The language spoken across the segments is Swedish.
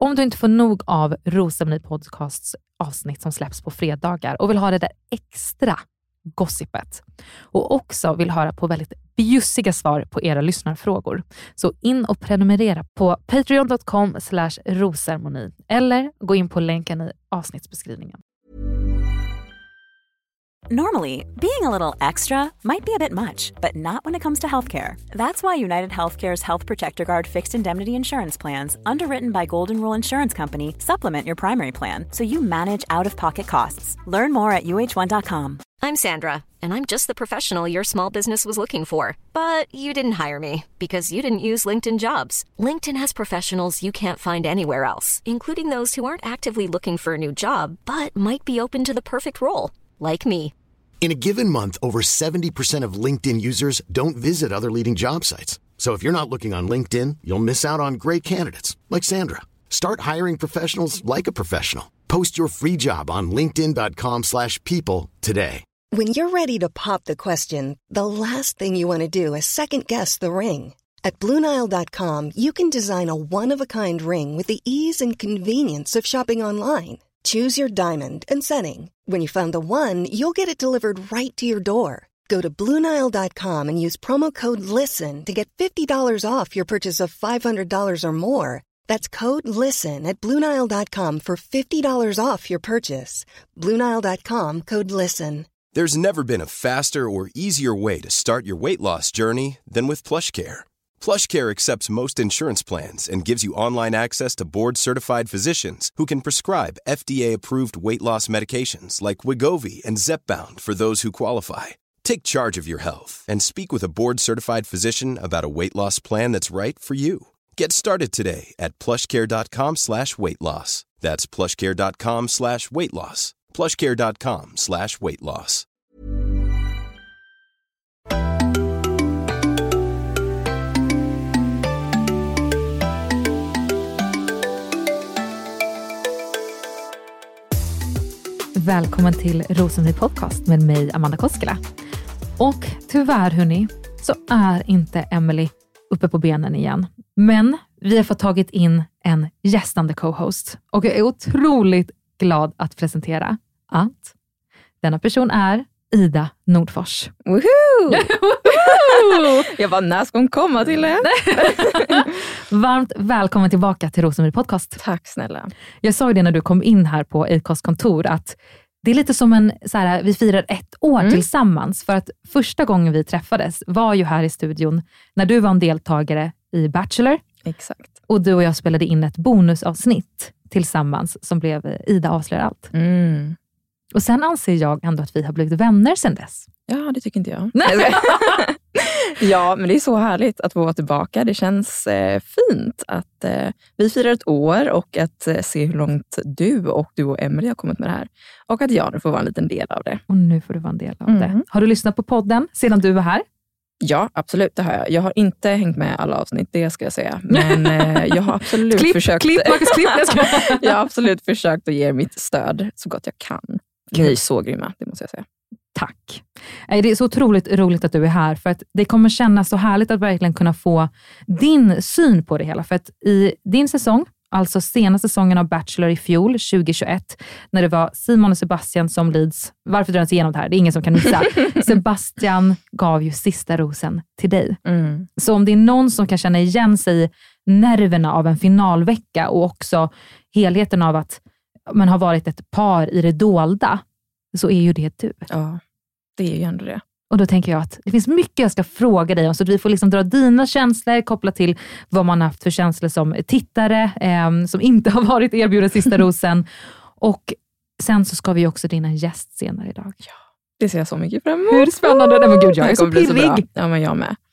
Om du inte får nog av Rosceremoni podcasts avsnitt som släpps på fredagar och vill ha det där extra gossipet och också vill höra på väldigt bjussiga svar på era lyssnarfrågor, så in och prenumerera på patreon.com/rosceremoni eller gå in på länken i avsnittsbeskrivningen. Normally, being a little extra might be a bit much, but not when it comes to healthcare. That's why United Healthcare's Health Protector Guard fixed indemnity insurance plans, underwritten by Golden Rule Insurance Company, supplement your primary plan so you manage out-of-pocket costs. Learn more at uh1.com. I'm Sandra, and I'm just the professional your small business was looking for. But you didn't hire me because you didn't use LinkedIn Jobs. LinkedIn has professionals you can't find anywhere else, including those who aren't actively looking for a new job, but might be open to the perfect role, like me. In a given month, over 70% of LinkedIn users don't visit other leading job sites. So if you're not looking on LinkedIn, you'll miss out on great candidates like Sandra. Start hiring professionals like a professional. Post your free job on linkedin.com/people today. When you're ready to pop the question, the last thing you want to do is second-guess the ring. At BlueNile.com, you can design a one-of-a-kind ring with the ease and convenience of shopping online. Choose your diamond and setting. When you find the one, you'll get it delivered right to your door. Go to BlueNile.com and use promo code LISTEN to get $50 off your purchase of $500 or more. That's code LISTEN at BlueNile.com for $50 off your purchase. BlueNile.com, code LISTEN. There's never been a faster or easier way to start your weight loss journey than with PlushCare. PlushCare accepts most insurance plans and gives you online access to board-certified physicians who can prescribe FDA-approved weight loss medications like Wegovy and Zepbound for those who qualify. Take charge of your health and speak with a board-certified physician about a weight loss plan that's right for you. Get started today at plushcare.com/weightloss. That's plushcare.com/weightloss. plushcare.com/weightloss. Välkommen till Rosceremoni podcast med mig, Amanda Koskela. Och tyvärr hörni, så är inte Emily uppe på benen igen. Men vi har fått tagit in en gästande co-host. Och jag är otroligt glad att presentera att denna person är Ida Nordfors. Woohoo! Jag bara, när ska hon komma till det? Varmt välkommen tillbaka till Rosceremoni podcast. Tack snälla. Jag sa ju det när du kom in här på Acasts kontor att det är lite som vi firar 1 år tillsammans. För att första gången vi träffades var ju här i studion när du var en deltagare i Bachelor. Exakt. Och du och jag spelade in ett bonusavsnitt tillsammans som blev Ida avslöjar allt. Mm. Och sen anser jag ändå att vi har blivit vänner sen dess. Ja, det tycker inte jag. Nej. Ja, men det är så härligt att få vara tillbaka. Det känns fint att vi firar 1 år och att se hur långt du och Emily har kommit med det här. Och att jag nu får vara en liten del av det. Och nu får du vara en del av det. Har du lyssnat på podden sedan du var här? Ja, absolut, det har jag. Jag har inte hängt med alla avsnitt, det ska jag säga. Men jag har absolut försökt... Marcus, klipp! Jag har absolut försökt att ge mitt stöd så gott jag kan. Ni är så grymma, det måste jag säga. Tack. Det är så otroligt roligt att du är här, för att det kommer kännas så härligt att verkligen kunna få din syn på det hela. För att i din säsong, alltså senaste säsongen av Bachelor i fjol, 2021, när det var Simon och Sebastian som leads. Varför drar jag inte igenom det här? Det är ingen som kan missa. Sebastian gav ju sista rosen till dig. Mm. Så om det är någon som kan känna igen sig i nerverna av en finalvecka och också helheten av att man har varit ett par i det dolda, så är ju det du. Ja, det är ju ändå det. Och då tänker jag att det finns mycket jag ska fråga dig om, så att vi får liksom dra dina känslor kopplat till vad man har haft för känslor som tittare, som inte har varit erbjuden sista rosen. Och sen så ska vi också dina gäst senare idag. Ja, det ser jag så mycket fram emot. Hur spännande? Nej, men gud, jag är så pirrig. Ja, men jag med.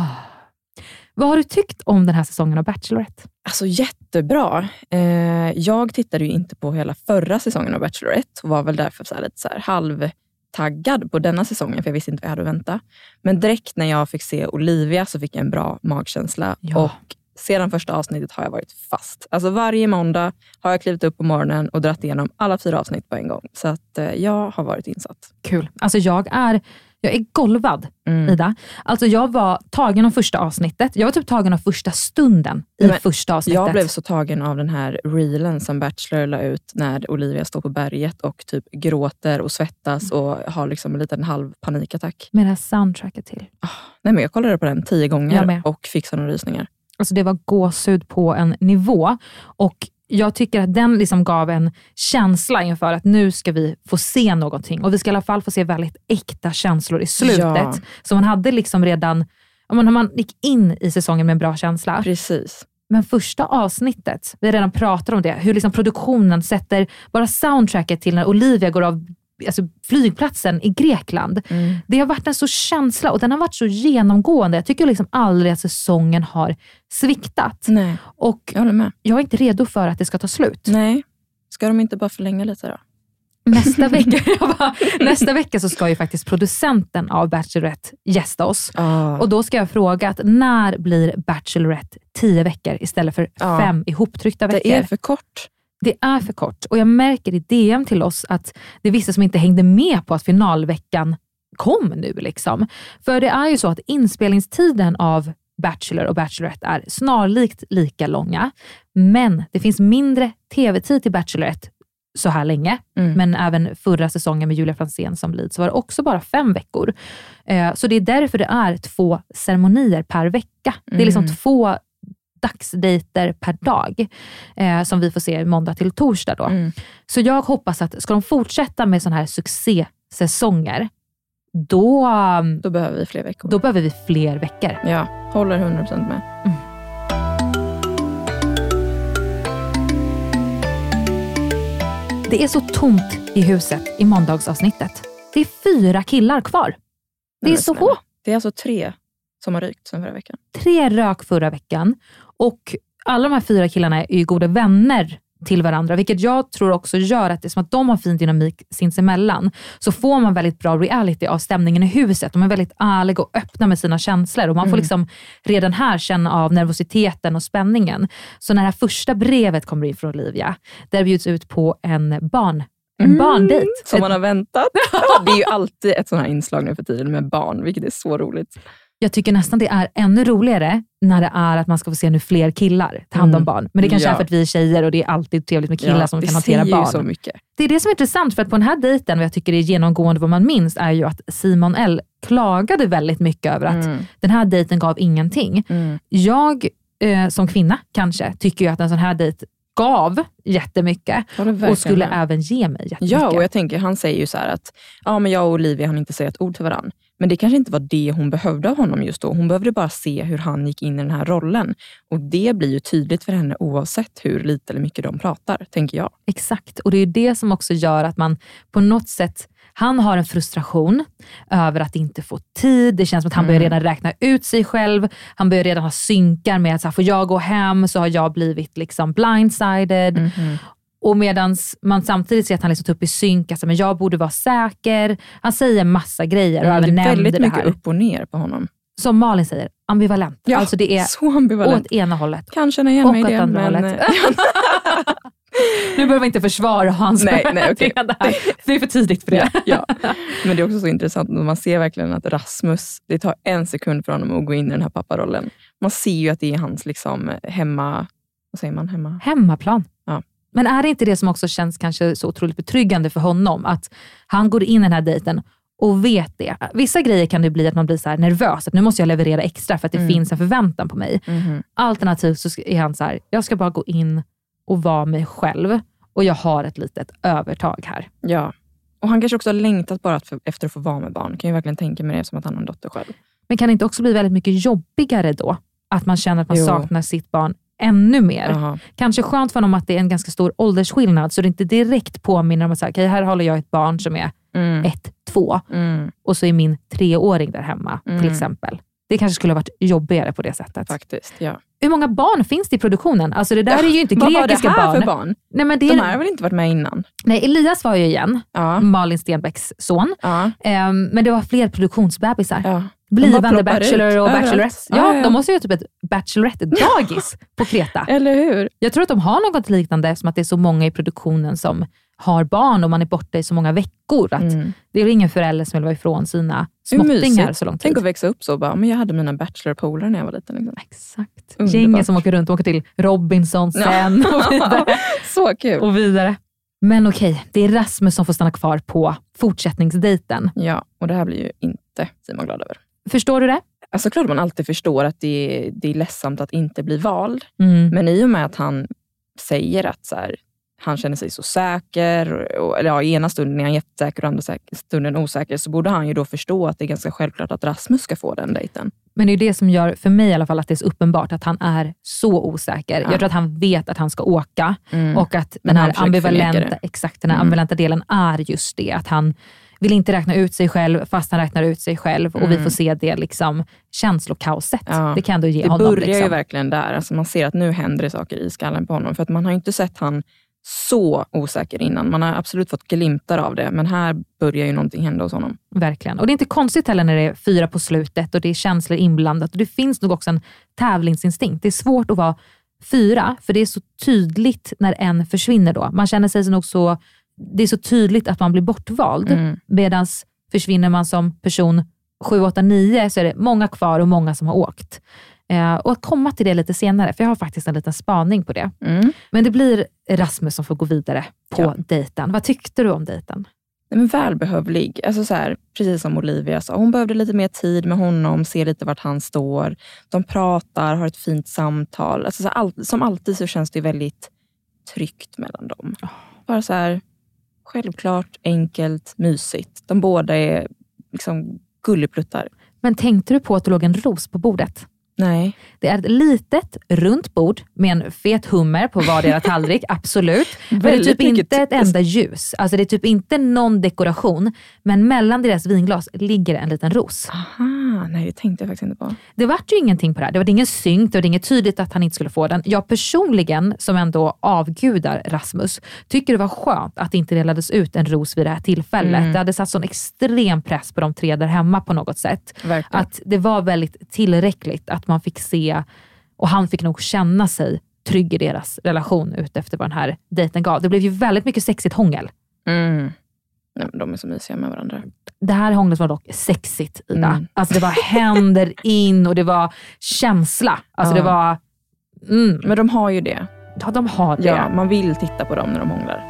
Vad har du tyckt om den här säsongen av Bachelorette? Alltså jättebra. Jag tittade ju inte på hela förra säsongen av Bachelorette och var väl därför lite så här halvtaggad på denna säsongen, för jag visste inte vad jag hade att vänta. Men direkt när jag fick se Olivia så fick jag en bra magkänsla. Ja. Och sedan första avsnittet har jag varit fast. Alltså varje måndag har jag klivit upp på morgonen och dratt igenom alla 4 avsnitt på en gång. Så att jag har varit insatt. Kul. Alltså jag Jag är golvad, Ida. Alltså jag var tagen av första avsnittet. Jag var typ tagen av första stunden i första avsnittet. Jag blev så tagen av den här reelen som Bachelor la ut när Olivia står på berget och typ gråter och svettas och har liksom en liten halv panikattack. Med det här soundtracket till. Nej, men jag kollade på den 10 gånger och fick såna rysningar. Alltså det var gåshud på en nivå. Och jag tycker att den liksom gav en känsla inför att nu ska vi få se någonting. Och vi ska i alla fall få se väldigt äkta känslor i slutet. Ja. Så man hade liksom redan, man gick in i säsongen med en bra känsla. Precis. Men första avsnittet, vi redan pratat om det, hur liksom produktionen sätter bara soundtracket till när Olivia går av flygplatsen i Grekland. Det har varit en så känsla och den har varit så genomgående. Jag tycker liksom aldrig att säsongen har sviktat. Nej, och jag håller med. Jag är inte redo för att det ska ta slut. Nej, ska de inte bara förlänga lite då? Nästa vecka så ska ju faktiskt producenten av Bachelorette gästa oss. Och då ska jag fråga att när blir Bachelorette 10 veckor istället för 5 ihoptryckta veckor? Det är för kort. Det är för kort. Och jag märker i DM till oss att det är vissa som inte hängde med på att finalveckan kom nu liksom. För det är ju så att inspelningstiden av Bachelor och Bachelorette är snarlikt lika långa. Men det finns mindre tv-tid till Bachelorette så här länge. Men även förra säsongen med Julia Franzén som lead så var det också bara 5 veckor. Så det är därför det är 2 ceremonier per vecka. Det är liksom 2 dagsdejter per dag som vi får se måndag till torsdag då. Så jag hoppas att ska de fortsätta med sån här succésäsonger då behöver vi fler veckor. Då behöver vi fler veckor. Ja, håller 100% med. Det är så tomt i huset i måndagsavsnittet. Det är 4 killar kvar. Det är så få. Det är alltså 3 som har rykt sen förra veckan. 3 rök förra veckan. Och alla de här 4 killarna är ju goda vänner till varandra. Vilket jag tror också gör att det är som att de har fin dynamik sinsemellan. Så får man väldigt bra reality av stämningen i huset. De är väldigt ärliga och öppna med sina känslor. Och man får liksom redan här känna av nervositeten och spänningen. Så när det här första brevet kommer in från Olivia. Där bjuds ut på en barndejt. Som man har väntat. Det är ju alltid ett sån här inslag nu för tiden med barn. Vilket är så roligt. Jag tycker nästan det är ännu roligare när det är att man ska få se nu fler killar ta hand om barn. Men det kanske är för att vi är tjejer och det är alltid trevligt med killar som kan hantera barn. Så mycket. Det är det som är intressant för att på den här dejten, och jag tycker det är genomgående vad man minns, är ju att Simon L klagade väldigt mycket över att den här dejten gav ingenting. Jag som kvinna kanske tycker ju att en sån här dejt gav jättemycket och skulle även ge mig jättemycket. Ja, och jag tänker, han säger ju så här att men jag och Olivia han inte säger ett ord till varann. Men det kanske inte var det hon behövde av honom just då. Hon behövde bara se hur han gick in i den här rollen. Och det blir ju tydligt för henne oavsett hur lite eller mycket de pratar, tänker jag. Exakt, och det är det som också gör att man på något sätt, han har en frustration över att inte få tid. Det känns som att han börjar redan räkna ut sig själv. Han börjar redan ha synkar med att så här, får jag gå hem så har jag blivit liksom blindsided. Och medan man samtidigt ser att han liksom tar upp i synk, alltså, men jag borde vara säker. Han säger massa grejer. Och det är väldigt mycket här. Upp och ner på honom. Som Malin säger, ambivalent. Ja, alltså det är så ambivalent. Åt ena hållet. Kanske när jag och med åt det. andra hållet. Nu behöver vi inte försvara hans. Nej, okay. Det är för tidigt för det. Ja. Men det är också så intressant när man ser verkligen att Rasmus, det tar 1 sekund för honom att gå in i den här papparollen. Man ser ju att det är hans liksom vad säger man? Hemmaplan. Ja. Men är det inte det som också känns kanske så otroligt betryggande för honom? Att han går in i den här dejten och vet det. Vissa grejer kan det bli att man blir så här nervös. Att nu måste jag leverera extra för att det finns en förväntan på mig. Alternativt så är han så här, jag ska bara gå in och vara mig själv. Och jag har ett litet övertag här. Ja, och han kanske också har längtat bara efter att få vara med barn. Kan ju verkligen tänka mig det som att han har en dotter själv. Men kan det inte också bli väldigt mycket jobbigare då? Att man känner att man saknar sitt barn ännu mer. Aha. Kanske skönt för honom att det är en ganska stor åldersskillnad. Så det inte direkt påminner om att säga, okej, här håller jag ett barn som är 1-2. Och så är min 3-åring där hemma till exempel. Det kanske skulle ha varit jobbigare på det sättet. Faktiskt, ja. Hur många barn finns det i produktionen? Alltså det där är ju inte grekiska barn. Vad var det här barn. för barn? Nej, men det De här har väl inte varit med innan? Nej, Elias var ju igen. Ja. Malin Stenbecks son. Ja. Men det var fler produktionsbebisar. Ja. blivande bachelor och bachelorette. Ja, de måste ju typ ett bachelorette-dagis på Kreta. Eller hur? Jag tror att de har något liknande, som att det är så många i produktionen som har barn och man är borta i så många veckor. Att det är väl ingen förälder som vill vara ifrån sina småttingar så lång tid. Tänk att växa upp så bara, men jag hade mina bachelor-polare när jag var liten. Liksom. Exakt. Gängen som åker runt och åker till Robinson sen och vidare. Så kul. Och vidare. Men okej, det är Rasmus som får stanna kvar på fortsättningsdejten. Ja, och det här blir ju inte Simon glad över. Förstår du det? Alltså klart man alltid förstår att det är ledsamt att inte bli vald. Men i och med att han säger att så här, han känner sig så säker, eller ja, i ena stunden är han jättesäker och andra stunden osäker, så borde han ju då förstå att det är ganska självklart att Rasmus ska få den dejten. Men det är ju det som gör, för mig i alla fall, att det är så uppenbart att han är så osäker. Jag tror att han vet att han ska åka och att den här ambivalenta delen är just det, att han vill inte räkna ut sig själv fast han räknar ut sig själv och vi får se det liksom känslokaoset. Ja. Det kan ändå ge honom. Det börjar ju verkligen där. Alltså man ser att nu händer det saker i skallen på honom, för att man har ju inte sett han så osäker innan. Man har absolut fått glimtar av det, men här börjar ju någonting hända hos honom. Verkligen. Och det är inte konstigt heller när det är 4 på slutet och det är känslor inblandat och det finns nog också en tävlingsinstinkt. Det är svårt att vara 4 för det är så tydligt när en försvinner då. Man känner sig nog så, det är så tydligt att man blir bortvald. Medans försvinner man som person 7, 8, 9 så är det många kvar och många som har åkt. Och att komma till det lite senare, för jag har faktiskt en liten spaning på det. Men det blir Rasmus som får gå vidare på dejten. Vad tyckte du om dejten? Men välbehövlig. Alltså så här, precis som Olivia sa, hon behövde lite mer tid med honom, se lite vart han står. De pratar, har ett fint samtal. Alltså så här, som alltid så känns det väldigt tryggt mellan dem. Bara så här, självklart, enkelt, mysigt. De båda är liksom gullipluttar. Men tänkte du på att det låg en ros på bordet? Nej. Det är ett litet, runt bord med en fet hummer på vardera tallrik, absolut. Men det är typ inte ett enda ljus. Alltså det är typ inte någon dekoration. Men mellan deras vinglas ligger en liten ros. Aha, nej det tänkte jag faktiskt inte på. Det var ju ingenting på det här. Det var ingen synk, det var inget tydligt att han inte skulle få den. Jag personligen, som ändå avgudar Rasmus, tycker det var skönt att det inte delades ut en ros vid det här tillfället. Det hade satt sån extrem press på de 3 där hemma på något sätt. Verkligen. Att det var väldigt tillräckligt att man fick se, och han fick nog känna sig trygg i deras relation ut efter vad den här dejten gav. Det blev ju väldigt mycket sexigt hångel. Nej, men de är så mysiga med varandra. Det här hånglet var dock sexigt, Ida. Alltså det var händer in och det var känsla. Alltså det var... Men de har ju det. Ja, de har det. Ja, man vill titta på dem när de hånglar.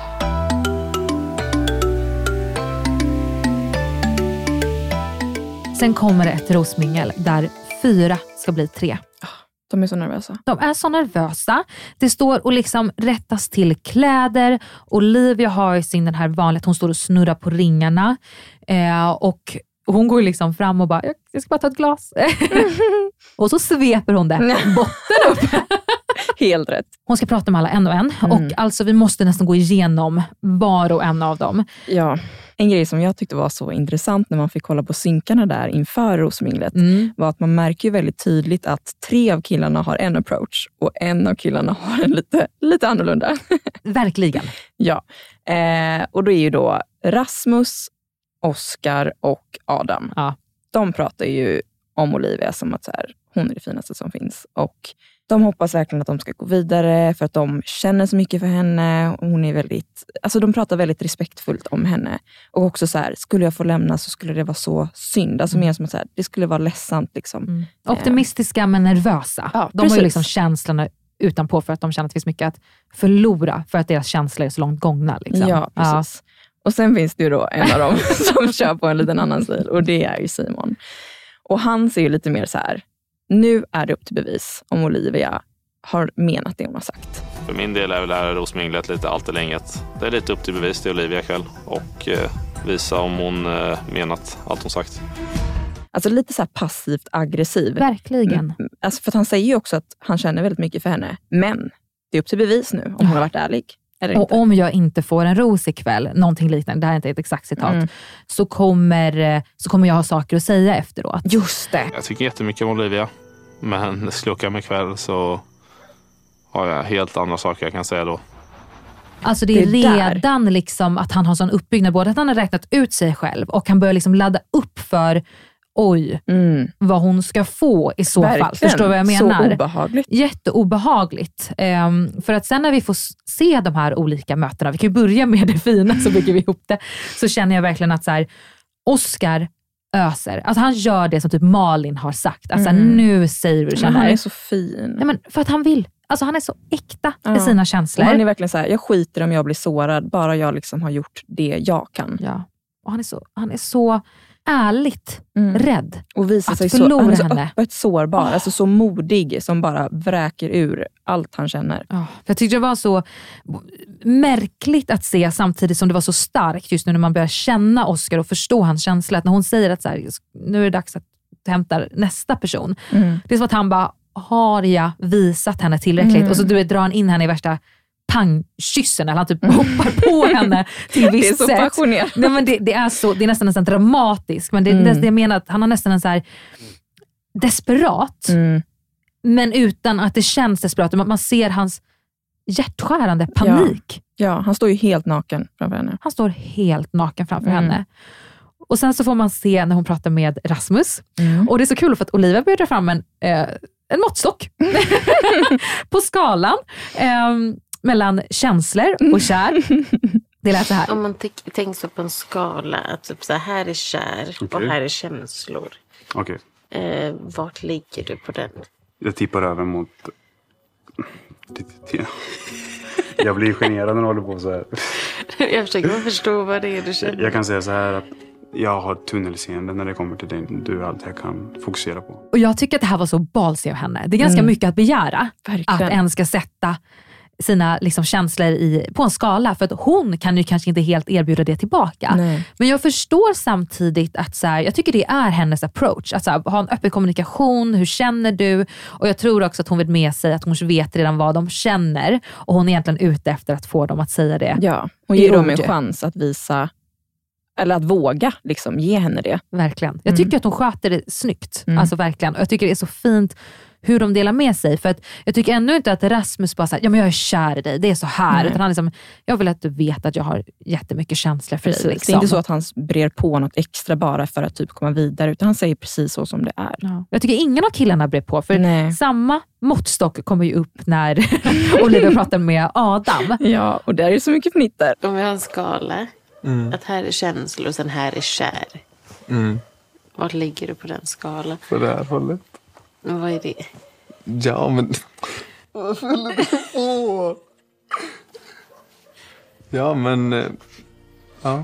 Sen kommer det ett rosmingel där 4 ska bli 3. De är så nervösa. De är så nervösa. Det står och liksom rättas till kläder. Olivia har ju sin den här vanliga, hon står och snurrar på ringarna. Och hon går liksom fram och bara, jag ska bara ta ett glas. Och så sveper hon det botten upp. Helt rätt. Hon ska prata med alla en och en. Och alltså vi måste nästan gå igenom var och en av dem. Ja. En grej som jag tyckte var så intressant när man fick kolla på synkarna där inför rosminglet var att man märker ju väldigt tydligt att 3 av killarna har en approach och en av killarna har en lite annorlunda. Verkligen. Ja. Och då är ju då Rasmus, Oscar och Adam. Ja. De pratar ju om Olivia som att så här, hon är det finaste som finns. Och de hoppas verkligen att de ska gå vidare för att de känner så mycket för henne. Och hon är väldigt, alltså de pratar väldigt respektfullt om henne. Och också så här, skulle jag få lämna så skulle det vara så synd. Alltså mer som att så här, det skulle vara ledsamt liksom. Optimistiska men nervösa. Ja, de har ju liksom känslorna utanpå för att de känner att det finns mycket att förlora för att deras känslor är så långt gångna. Liksom. Ja, precis. Ja. Och sen finns det ju då en av dem som kör på en liten annan stil. Och det är ju Simon. Och han ser ju lite mer så här, nu är det upp till bevis om Olivia har menat det hon har sagt. För min del är väl det här rosminglet lite allt eller inget. Det är lite upp till bevis till Olivia själv och visa om hon menat allt hon sagt. Alltså lite så här passivt aggressiv. Verkligen. Alltså för att han säger ju också att han känner väldigt mycket för henne. Men det är upp till bevis nu om hon har varit ärlig. Eller och inte. Om jag inte får en ros ikväll, någonting liknande, det här är inte ett exakt citat, så kommer jag ha saker att säga efteråt. Just det. Jag tycker jättemycket om Olivia, men sluckar mig ikväll så har jag helt andra saker jag kan säga då. Alltså det är redan liksom att han har sån uppbyggnad, både att han har räknat ut sig själv och han börjar liksom ladda upp för oj, vad hon ska få i så fall. Förstår du vad jag menar? Så obehagligt. Jätteobehagligt. För att sen när vi får se de här olika mötena, vi kan ju börja med det fina så bygger vi ihop det, så känner jag verkligen att så här, Oscar öser. Alltså han gör det som typ Malin har sagt. Alltså nu säger du det känner. Men han är så fin. Nej, men för att han vill. Alltså han är så äkta i sina känslor. Och han är verkligen så här, jag skiter om jag blir sårad, bara jag liksom har gjort det jag kan. Ja. Och han är så ärligt rädd och visar att sig förlora han är så henne. Öppet sårbar, alltså så modig som bara vräker ur allt han känner. Jag tyckte det var så märkligt att se, samtidigt som det var så starkt just nu när man börjar känna Oscar och förstå hans känsla. Att när hon säger att så här, nu är det dags att hämta nästa person. Det är som att han bara, har jag visat henne tillräckligt? Och så drar han in henne i värsta pangkyssen, eller han typ hoppar på henne till visst sätt. Det är så passionerat. Nej, men det är nästan en dramatisk, men det är det jag menar, att han har nästan en så här desperat, men utan att det känns desperat. Man ser hans hjärtskärande panik. Ja, han står ju helt naken framför henne. Han står helt naken framför henne. Och sen så får man se när hon pratar med Rasmus. Och det är så kul för att Olivia börjar dra fram en måttstock på skalan mellan känslor och kär. Det lät så här. Om man tänker så på en skala, att typ så här är kär och här är känslor. Okej. Vart ligger du på den? Jag tippar över mot... Jag blir generad när jag håller på så här. Jag försöker förstå vad det är du känner. Jag kan säga så här att jag har tunnelseende när det kommer till dig. Du är allt jag kan fokusera på. Och jag tycker att det här var så balsig av henne. Det är ganska mycket att begära. Verkligen. Att en ska sätta sina liksom känslor på en skala. För att hon kan ju kanske inte helt erbjuda det tillbaka. Nej. Men jag förstår samtidigt att så här, jag tycker det är hennes approach. Att så här, ha en öppen kommunikation. Hur känner du? Och jag tror också att hon vill med sig att hon vet redan vad de känner. Och hon är egentligen ute efter att få dem att säga det. Ja, och ge dem en chans att visa, eller att våga liksom ge henne det. Verkligen. Jag tycker att hon sköter det snyggt. Alltså verkligen. Och jag tycker det är så fint hur de delar med sig. För att jag tycker ännu inte att Rasmus bara säger, ja men jag är kär i dig, det är så här. Utan han liksom, jag vill att du vet att jag har jättemycket känslor för dig. Liksom. Det är inte så att han brer på något extra bara för att typ komma vidare, utan han säger precis så som det är. Ja. Jag tycker ingen av killarna brer på, för samma måttstock kommer ju upp när Olivia pratar med Adam. Ja, och där är så mycket fnitter. Om vi har en skala, att här är känslor och sen här är kär. Vart ligger du på den skalan? På det här hållet. Men vad är det? Ja, men... Vad fyller du på? Ja, men... Ja.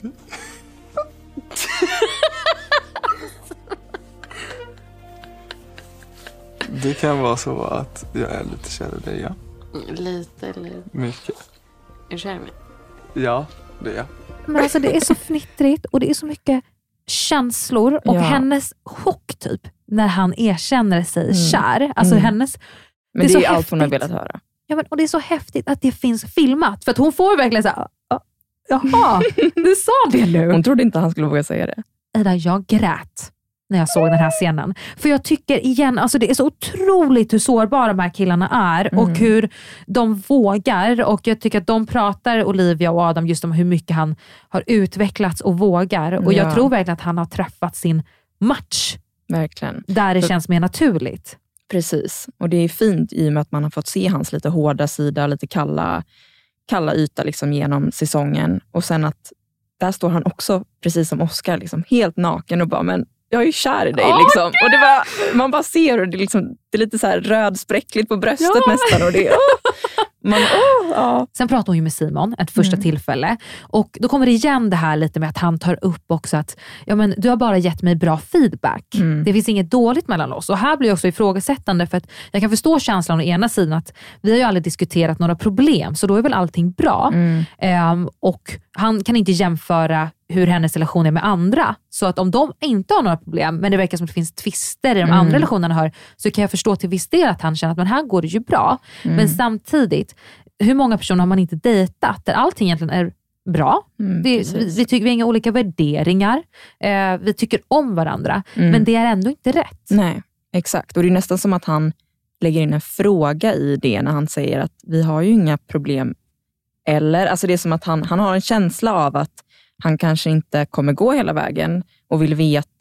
Det kan vara så att jag är lite kär i dig, ja. Lite eller... Mycket. Är du kär med? Ja, det är jag. Men alltså det är så fnittrigt och det är så mycket känslor och hennes chock typ när han erkänner sig kär. Alltså hennes... Men det är allt häftigt. hon har velat höra. Ja, men, och det är så häftigt att det finns filmat. För att hon får verkligen så här, jaha, du sa det nu. Hon trodde inte han skulle våga säga det. Ida, jag grät när jag såg den här scenen. För jag tycker igen, alltså det är så otroligt hur sårbara de här killarna är och hur de vågar. Och jag tycker att de pratar, Olivia och Adam, just om hur mycket han har utvecklats och vågar. Och jag tror verkligen att han har träffat sin match. Verkligen. Där det känns mer naturligt. Precis. Och det är fint i och med att man har fått se hans lite hårda sida, lite kalla yta liksom genom säsongen. Och sen att där står han också, precis som Oscar, liksom helt naken och bara, men jag är ju kär i dig. Liksom. Och det var, man bara ser och det är lite så här rödspräckligt på bröstet nästan. Och det, Sen pratar hon ju med Simon ett första tillfälle. Och då kommer det igen det här lite med att han tar upp också att ja, men du har bara gett mig bra feedback. Det finns inget dåligt mellan oss. Och här blir jag också ifrågasättande, för att jag kan förstå känslan å ena sidan att vi har ju aldrig diskuterat några problem, så då är väl allting bra. Och han kan inte jämföra hur hennes relation är med andra. Så att om de inte har några problem, men det verkar som att det finns twister i de andra relationerna har, så kan jag förstå till viss del att han känner att men här går det ju bra. Men samtidigt, hur många personer har man inte dejtat där allting egentligen är bra? Vi har inga olika värderingar. Vi tycker om varandra. Men det är ändå inte rätt. Nej, exakt. Och det är nästan som att han lägger in en fråga i det när han säger att vi har ju inga problem. Eller, alltså det är som att han har en känsla av att han kanske inte kommer gå hela vägen och vill veta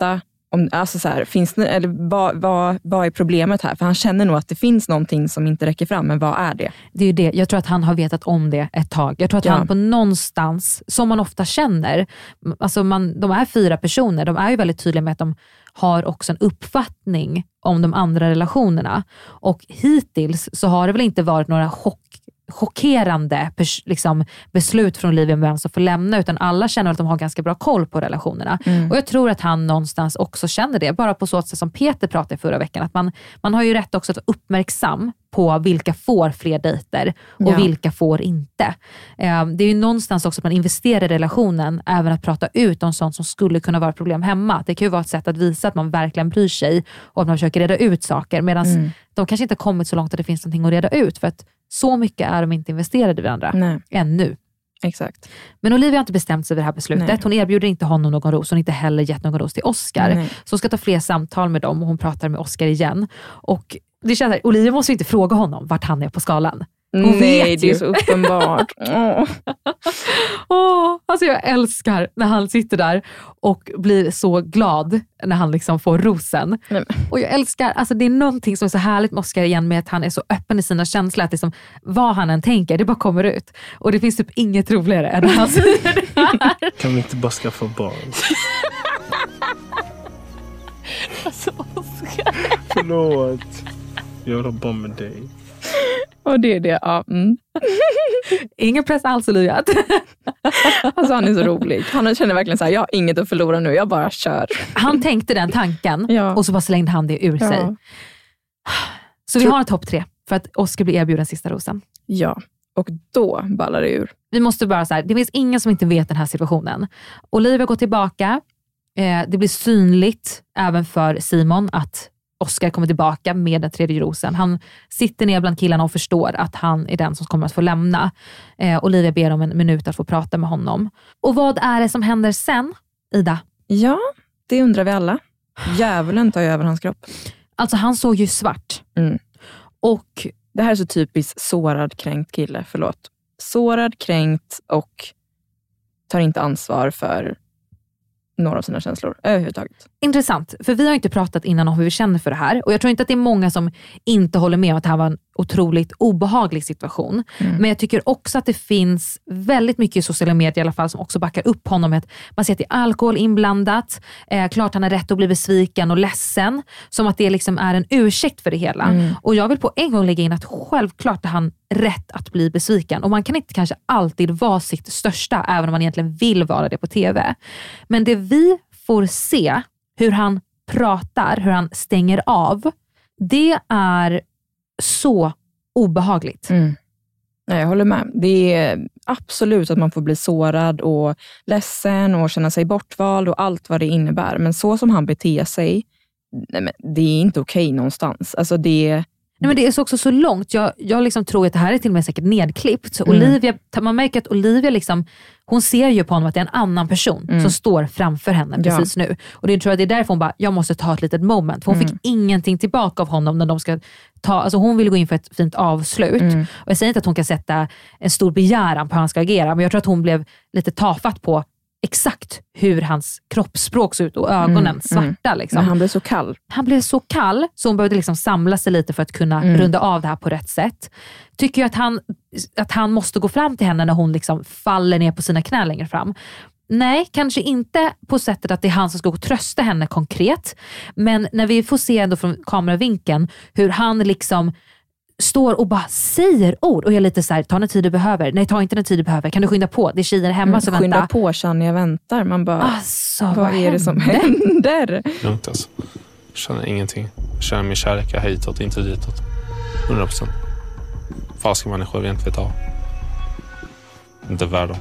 Alltså så här, finns det, eller vad är problemet här? För han känner nog att det finns någonting som inte räcker fram, men vad är det? Det är ju det. Jag tror att han har vetat om det ett tag. Jag tror att han på någonstans, som man ofta känner, alltså de är 4 personer, de är ju väldigt tydliga med att de har också en uppfattning om de andra relationerna. Och hittills så har det väl inte varit några chockerande beslut från Olivia med vem som får lämna, utan alla känner att de har ganska bra koll på relationerna. Och jag tror att han någonstans också känner det, bara på så sätt som Peter pratade förra veckan, att man har ju rätt också att vara uppmärksam på vilka får fler dejter och vilka får inte. Det är ju någonstans också att man investerar i relationen, även att prata ut om sånt som skulle kunna vara problem hemma. Det kan ju vara ett sätt att visa att man verkligen bryr sig och att man försöker reda ut saker, medan de kanske inte kommit så långt att det finns någonting att reda ut, för att så mycket är de inte investerade i varandra ännu. Exakt. Men Olivia har inte bestämt sig vid det här beslutet. Nej. Hon erbjuder inte honom någon ros. Hon har inte heller gett någon ros till Oscar. Nej. Så hon ska ta fler samtal med dem och hon pratar med Oscar igen. Och det känns att Olivia måste ju inte fråga honom vart han är på skalan. Hon vet det är så uppenbart. Alltså jag älskar när han sitter där och blir så glad när han liksom får rosen. Nej. Och jag älskar, alltså det är någonting som är så härligt med Oscar igen, med att han är så öppen i sina känslor, att liksom, vad han än tänker, det bara kommer ut. Och det finns typ inget roligare än när han säger det här. Kan vi inte bara skaffa barn? Alltså Oscar. Förlåt. Jag vill ha barn med dig. Och det är det, ja. Ingen press alls, Olivia. Alltså han är så rolig. Han känner verkligen så här, jag har inget att förlora nu, jag bara kör. Han tänkte den tanken och så bara slängde han det ur sig. Så vi har en topp 3 för att Oscar blir erbjuden sista rosen. Ja, och då ballar det ur. Vi måste bara så här, det finns ingen som inte vet den här situationen. Olivia går tillbaka. Det blir synligt även för Simon att Oscar kommer tillbaka med den 3:e rosen. Han sitter ner bland killarna och förstår att han är den som kommer att få lämna. Olivia ber om en minut att få prata med honom. Och vad är det som händer sen, Ida? Ja, det undrar vi alla. Djävulen tar ju över hans kropp. Alltså han såg ju svart. Och det här är så typiskt sårad, kränkt kille, förlåt. Sårad, kränkt och tar inte ansvar för några av sina känslor överhuvudtaget. Intressant, för vi har inte pratat innan om hur vi känner för det här. Och jag tror inte att det är många som inte håller med om att det här var en otroligt obehaglig situation. Men jag tycker också att det finns väldigt mycket i sociala medier i alla fall som också backar upp honom. Att man ser att det är alkohol inblandat. Klart han har rätt att bli besviken och ledsen. Som att det liksom är en ursäkt för det hela. Och jag vill på en gång lägga in att självklart har han rätt att bli besviken. Och man kan inte kanske alltid vara sitt största, även om man egentligen vill vara det på tv. Men det vi får se, hur han pratar, hur han stänger av, det är så obehagligt. Jag håller med. Det är absolut att man får bli sårad och ledsen och känna sig bortvald och allt vad det innebär. Men så som han beter sig, det är inte okej någonstans. Alltså det... Nej, men det är också så långt. Jag liksom tror att det här är till och med säkert nedklippt. Så Olivia, man märker att Olivia liksom, hon ser ju på honom att det är en annan person som står framför henne precis nu. Och det tror jag det är därför hon bara, jag måste ta ett litet moment. För hon fick ingenting tillbaka av honom när de ska ta, alltså hon vill gå in för ett fint avslut. Och jag säger inte att hon kan sätta en stor begäran på hur han ska agera, men jag tror att hon blev lite tafatt på exakt hur hans kroppsspråk såg ut och ögonen svarta. Liksom. Men han blev så kall. Han blev så kall så hon behövde liksom samla sig lite för att kunna runda av det här på rätt sätt. Tycker jag att han måste gå fram till henne när hon liksom faller ner på sina knän längre fram. Nej, kanske inte på sättet att det är han som ska gå och trösta henne konkret. Men när vi får se ändå från kameravinkeln hur han liksom står och bara säger ord och jag är lite så här, ta den tid du behöver. Nej, ta inte den tid du behöver. Kan du skynda på? Det är tjejer hemma som väntar. Skynda på, Shania, jag väntar. Man bara, alltså, vad är det som händer? Lugnt alltså. Jag känner ingenting. Jag känner min kärlek är hitåt, inte ditåt. 100%. Falska människor vill inte veta av. Inte värd dem.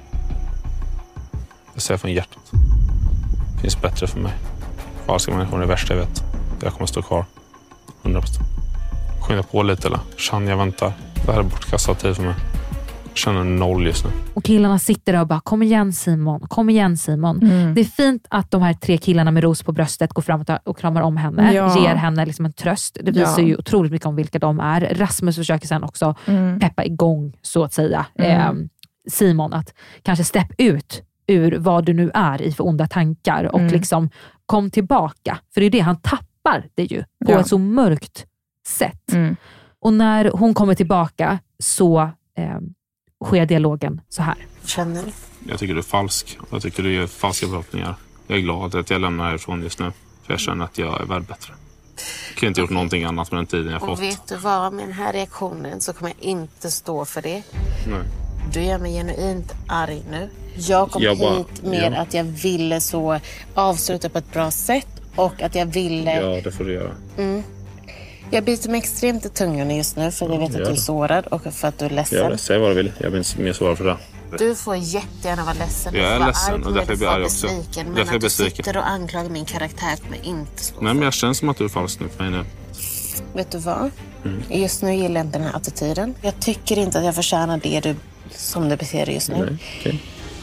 Jag säger från hjärtat. Det finns bättre för mig. Falska människor är det värsta jag vet. Jag kommer stå kvar. 100%. Skynda på lite eller? Shania väntar. Det här är bortkastad tid för mig. Jag känner 0 just nu. Och killarna sitter där och bara, kom igen Simon. Kom igen Simon. Det är fint att de här 3 killarna med ros på bröstet går fram och kramar om henne. Ger henne liksom en tröst. Det visar ju otroligt mycket om vilka de är. Rasmus försöker sen också peppa igång så att säga Simon att kanske stepp ut ur vad du nu är i för onda tankar och liksom kom tillbaka. För det är det, han tappar det ju på ett så mörkt sätt. Och när hon kommer tillbaka så sker dialogen så här. Känner du? Jag tycker du är falsk. Jag tycker du gör falska förhoppningar. Jag är glad att jag lämnar härifrån just nu. För jag känner att jag är värd bättre. Jag kan inte gjort någonting annat med den tiden jag fått. Och vet du vad, med den här reaktionen så kommer jag inte stå för det. Nej. Du gör mig genuint arg nu. Jag kom hit med att jag ville så avsluta på ett bra sätt. Och att jag ville... Ja, det får du göra. Jag biter mig extremt i tungan just nu. För jag vet att du är sårad och för att du är ledsen. Ja, säg vad du vill. Jag blir inte mer sårad för det. Du får jättegärna vara ledsen. Jag är ledsen och därför blir jag arg också. Men att du sitter och anklagar min karaktär kommer inte stå. Nej, men jag känner som att du är falsk nu för mig nu. Vet du vad? Just nu gillar jag inte den här attityden. Jag tycker inte att jag förtjänar det du, som du beter dig just nu. Nej, okay.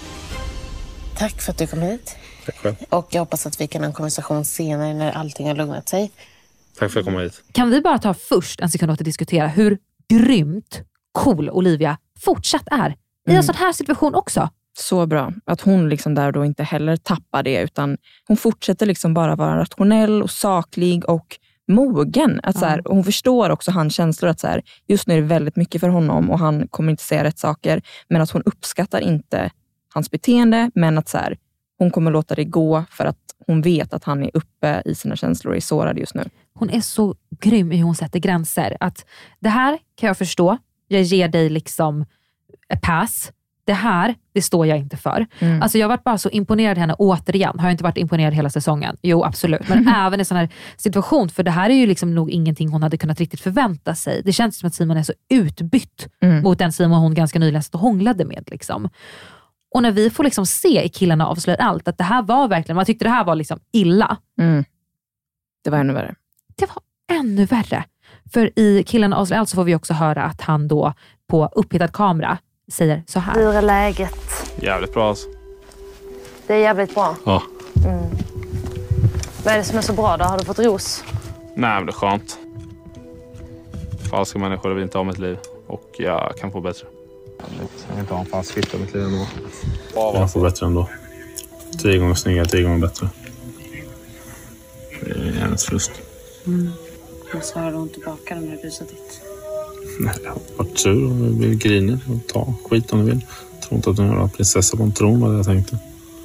Tack för att du kom hit. Tack själv. Och jag hoppas att vi kan ha en konversation senare när allting har lugnat sig. Tack för att jag kom hit. Kan vi bara ta först en sekund att diskutera hur grymt cool Olivia fortsatt är i en sån här situation också. Så bra. Att hon liksom där då inte heller tappar det, utan hon fortsätter liksom bara vara rationell och saklig och mogen. Att så här, hon förstår också hans känslor att så här, just nu är det väldigt mycket för honom och han kommer inte säga rätt saker. Men att hon uppskattar inte hans beteende, men att så här, hon kommer låta det gå för att hon vet att han är uppe i sina känslor och är sårad just nu. Hon är så grym i hur hon sätter gränser. Att det här kan jag förstå. Jag ger dig liksom a pass. Det här, det står jag inte för. Alltså jag har varit bara så imponerad av henne återigen. Har jag inte varit imponerad hela säsongen? Jo, absolut. Men även i sån här situation. För det här är ju liksom nog ingenting hon hade kunnat riktigt förvänta sig. Det känns som att Simon är så utbytt mot den Simon hon ganska nyligen stod och hånglade med. Liksom. Och när vi får liksom se i Killarna avslöjar allt att det här var verkligen, man tyckte det här var liksom illa. Det var ännu värre. Det var ännu värre. För i Killarna avslöjar allt så får vi också höra att han då på upphittad kamera säger så här. Hur är läget? Jävligt bra alltså. Det är jävligt bra. Ja. Vad är det som är så bra då? Har du fått ros? Nej, men det är skönt. Falska människor vill inte ha mitt liv. Och jag kan få bättre. Jag vill inte ha en falsk fitta i mitt liv ändå. Jag kan få bättre ändå. 10 gånger snyggare, 10 gånger bättre. Det är hennes förlust. Men svarar hon tillbaka när du sa ditt? Nej, jag har varit sur och vill grina och ta skit om du vill. Jag tror inte att du har en prinsessa på en tron, vad jag tänkte.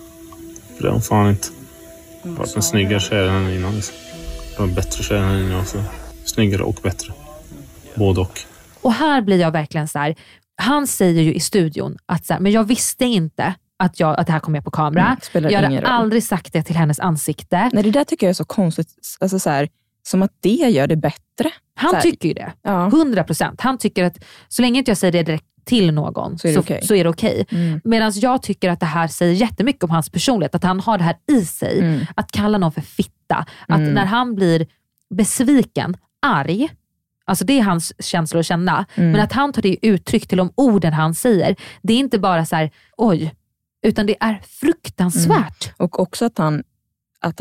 För det är hon fan inte. Jag har varit en snyggare tjej än innan. Liksom. Jag var en bättre tjej än innan också. Snyggare och bättre. Både och. Och här blir jag verkligen så här. Han säger ju i studion att så här, men jag visste inte att det här kom med på kamera. Jag hade aldrig sagt det till hennes ansikte. Nej, det där tycker jag är så konstigt. Alltså så här, som att det gör det bättre. Han tycker ju det. 100%. Han tycker att så länge inte jag säger det direkt till någon så är det okej. Medan jag tycker att det här säger jättemycket om hans personlighet. Att han har det här i sig. Att kalla någon för fitta. Att när han blir besviken, arg. Alltså det är hans känslor att känna. Men att han tar det uttryck till de orden han säger. Det är inte bara så här, oj. Utan det är fruktansvärt. Och också att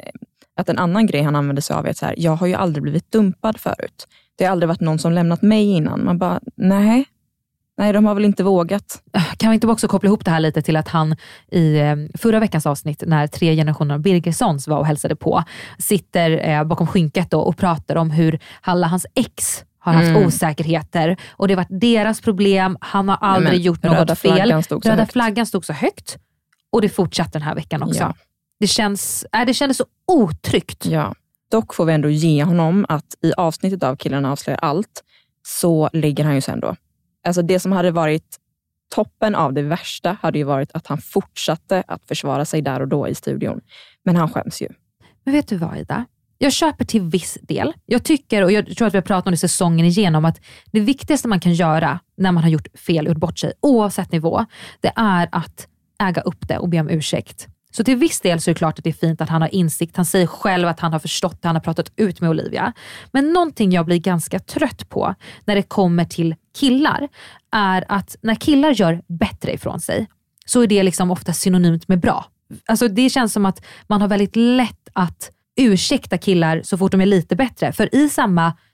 en annan grej han använder sig av är att så här, jag har ju aldrig blivit dumpad förut. Det har aldrig varit någon som lämnat mig innan. Man bara, nej, de har väl inte vågat. Kan vi inte också koppla ihop det här lite till att han i förra veckans avsnitt, när 3 generationer av Birgerssons var och hälsade på, sitter bakom skynket då och pratar om hur alla hans ex har haft osäkerheter. Och det har varit deras problem. Han har aldrig gjort något fel. Röda flaggan stod så högt. Och det fortsatte den här veckan också. Ja. Det kändes så otryggt. Ja. Dock får vi ändå ge honom att i avsnittet av Killarna avslöjar allt så ligger han ju sen då. Alltså det som hade varit toppen av det värsta hade ju varit att han fortsatte att försvara sig där och då i studion. Men han skäms ju. Men vet du vad, Ida? Jag köper till viss del. Jag tycker, och jag tror att vi har pratat om det säsongen igenom, att det viktigaste man kan göra när man har gjort fel och gjort bort sig, oavsett nivå, det är att äga upp det och be om ursäkt. Så till viss del så är det klart att det är fint att han har insikt. Han säger själv att han har förstått det. Han har pratat ut med Olivia. Men någonting jag blir ganska trött på när det kommer till killar är att när killar gör bättre ifrån sig så är det liksom ofta synonymt med bra. Alltså det känns som att man har väldigt lätt att ursäkta killar så fort de är lite bättre. För i samma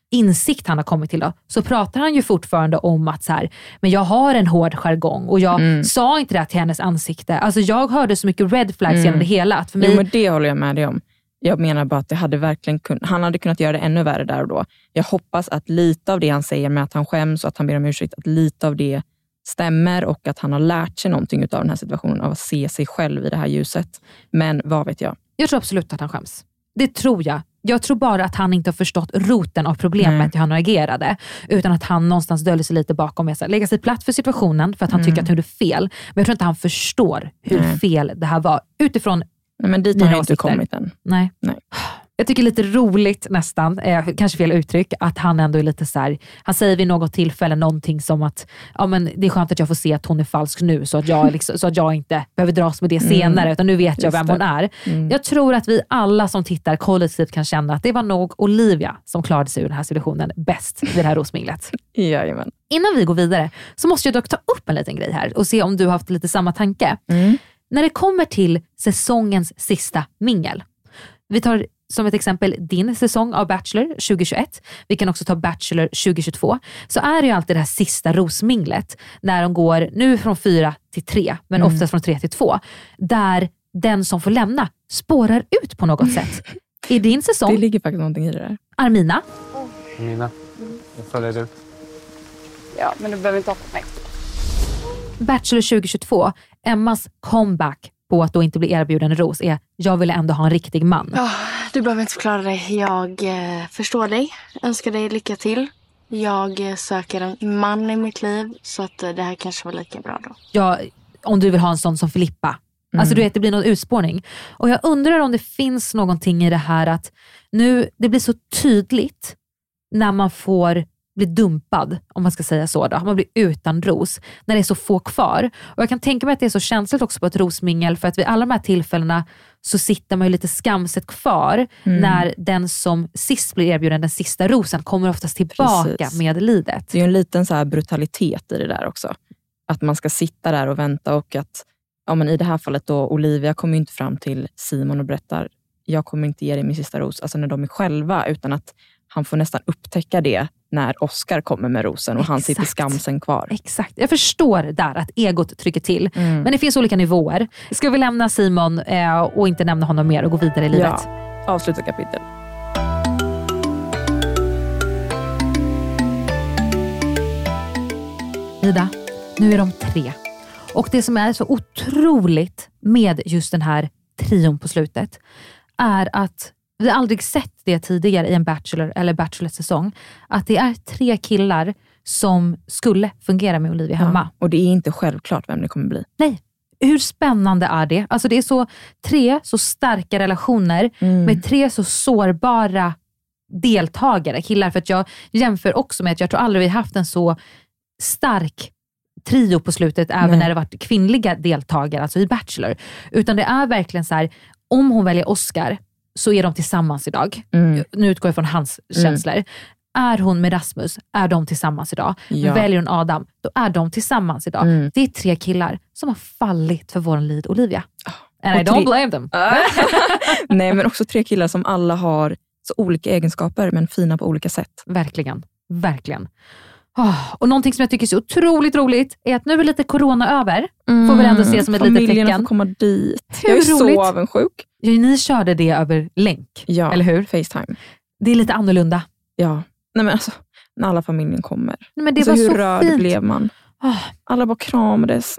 insikt han har kommit till då, så pratar han ju fortfarande om att så här, men jag har en hård jargong och jag sa inte det till hennes ansikte. Alltså jag hörde så mycket red flags genom det hela. Att för mig... Jo, men det håller jag med dig om. Jag menar bara att det hade verkligen han hade kunnat göra det ännu värre där och då. Jag hoppas att lite av det han säger med att han skäms och att han ber om ursäkt, att lite av det stämmer och att han har lärt sig någonting av den här situationen, av att se sig själv i det här ljuset. Men vad vet jag? Jag tror absolut att han skäms. Det tror jag. Jag tror bara att han inte har förstått roten av problemet hur han agerade. Utan att han någonstans döljer sig lite bakom med sig. Lägga sig platt för situationen för att han tycker att han gjorde fel. Men jag tror inte han förstår hur fel det här var. Utifrån men dit har jag inte kommit än. Nej. Jag tycker lite roligt nästan, kanske fel uttryck, att han ändå är lite så här, han säger vid något tillfälle någonting som att men det är skönt att jag får se att hon är falsk nu så att jag, liksom, så att jag inte behöver dras med det senare, utan nu vet jag vem hon är. Jag tror att vi alla som tittar kollektivt kan känna att det var nog Olivia som klarade sig ur den här situationen bäst vid det här rosminglet. Jajamän. Innan vi går vidare så måste jag dock ta upp en liten grej här och se om du har haft lite samma tanke. När det kommer till säsongens sista mingel. Vi tar som ett exempel din säsong av Bachelor 2021. Vi kan också ta Bachelor 2022. Så är det ju alltid det här sista rosminglet. När de går nu från 4 till 3. Men oftast från 3 till 2. Där den som får lämna spårar ut på något sätt. I din säsong. Det ligger faktiskt någonting i det där. Armina. Armina, jag följer ut. Ja, men du behöver inte hoppa mig. Bachelor 2022. Emmas comeback på att då inte bli erbjuden en ros är: jag ville ändå ha en riktig man. Du behöver inte förklara dig. Jag förstår dig. Önskar dig lycka till. Jag söker en man i mitt liv. Så att det här kanske var lika bra då. Ja, om du vill ha en sån som Filippa. Alltså du vet, det blir någon utspårning. Och jag undrar om det finns någonting i det här att nu, det blir så tydligt när man får bli dumpad, om man ska säga så då. Man blir utan ros när det är så få kvar. Och jag kan tänka mig att det är så känsligt också på ett rosmingel, för att vid alla de här tillfällena så sitter man ju lite skamset kvar när den som sist blir erbjuden den sista rosen kommer oftast tillbaka med livet. Det är ju en liten så här brutalitet i det där också. Att man ska sitta där och vänta, och att men i det här fallet då, Olivia kommer inte fram till Simon och berättar: jag kommer inte ge dig min sista ros, alltså när de är själva, utan att han får nästan upptäcka det när Oscar kommer med rosen och han sitter skamsen kvar. Exakt. Jag förstår där att egot trycker till. Men det finns olika nivåer. Ska vi lämna Simon och inte nämna honom mer och gå vidare i livet? Ja, avsluta kapitel. Ida, nu är de 3. Och det som är så otroligt med just den här trion på slutet är att vi aldrig sett det tidigare i en Bachelor eller Bachelor-säsong. Att det är 3 killar som skulle fungera med Olivia hemma. Och det är inte självklart vem det kommer bli. Nej. Hur spännande är det? Alltså det är så 3 så starka relationer med 3 så sårbara deltagare, killar. För att jag jämför också med att jag tror aldrig vi haft en så stark trio på slutet, även när det varit kvinnliga deltagare, alltså i Bachelor. Utan det är verkligen så här, om hon väljer Oscar så är de tillsammans idag. Nu utgår jag från hans känslor. Är hon med Rasmus, är de tillsammans idag. Väljer hon Adam, då är de tillsammans idag. Det är 3 killar som har fallit för vår lead Olivia. And I don't blame them. Nej, men också 3 killar som alla har så olika egenskaper, men fina på olika sätt. Verkligen, verkligen. Och någonting som jag tycker är så otroligt roligt är att nu är lite corona över. Får väl ändå se som ett litet tecken. Familjerna får komma dit. Jag är så avundsjuk. Ja, ni körde det över länk, eller hur? FaceTime. Det är lite annorlunda. Ja, nej men alltså, när alla familjen kommer. Nej, men det alltså, var hur så rörd fint. Blev man? Alla bara kramades.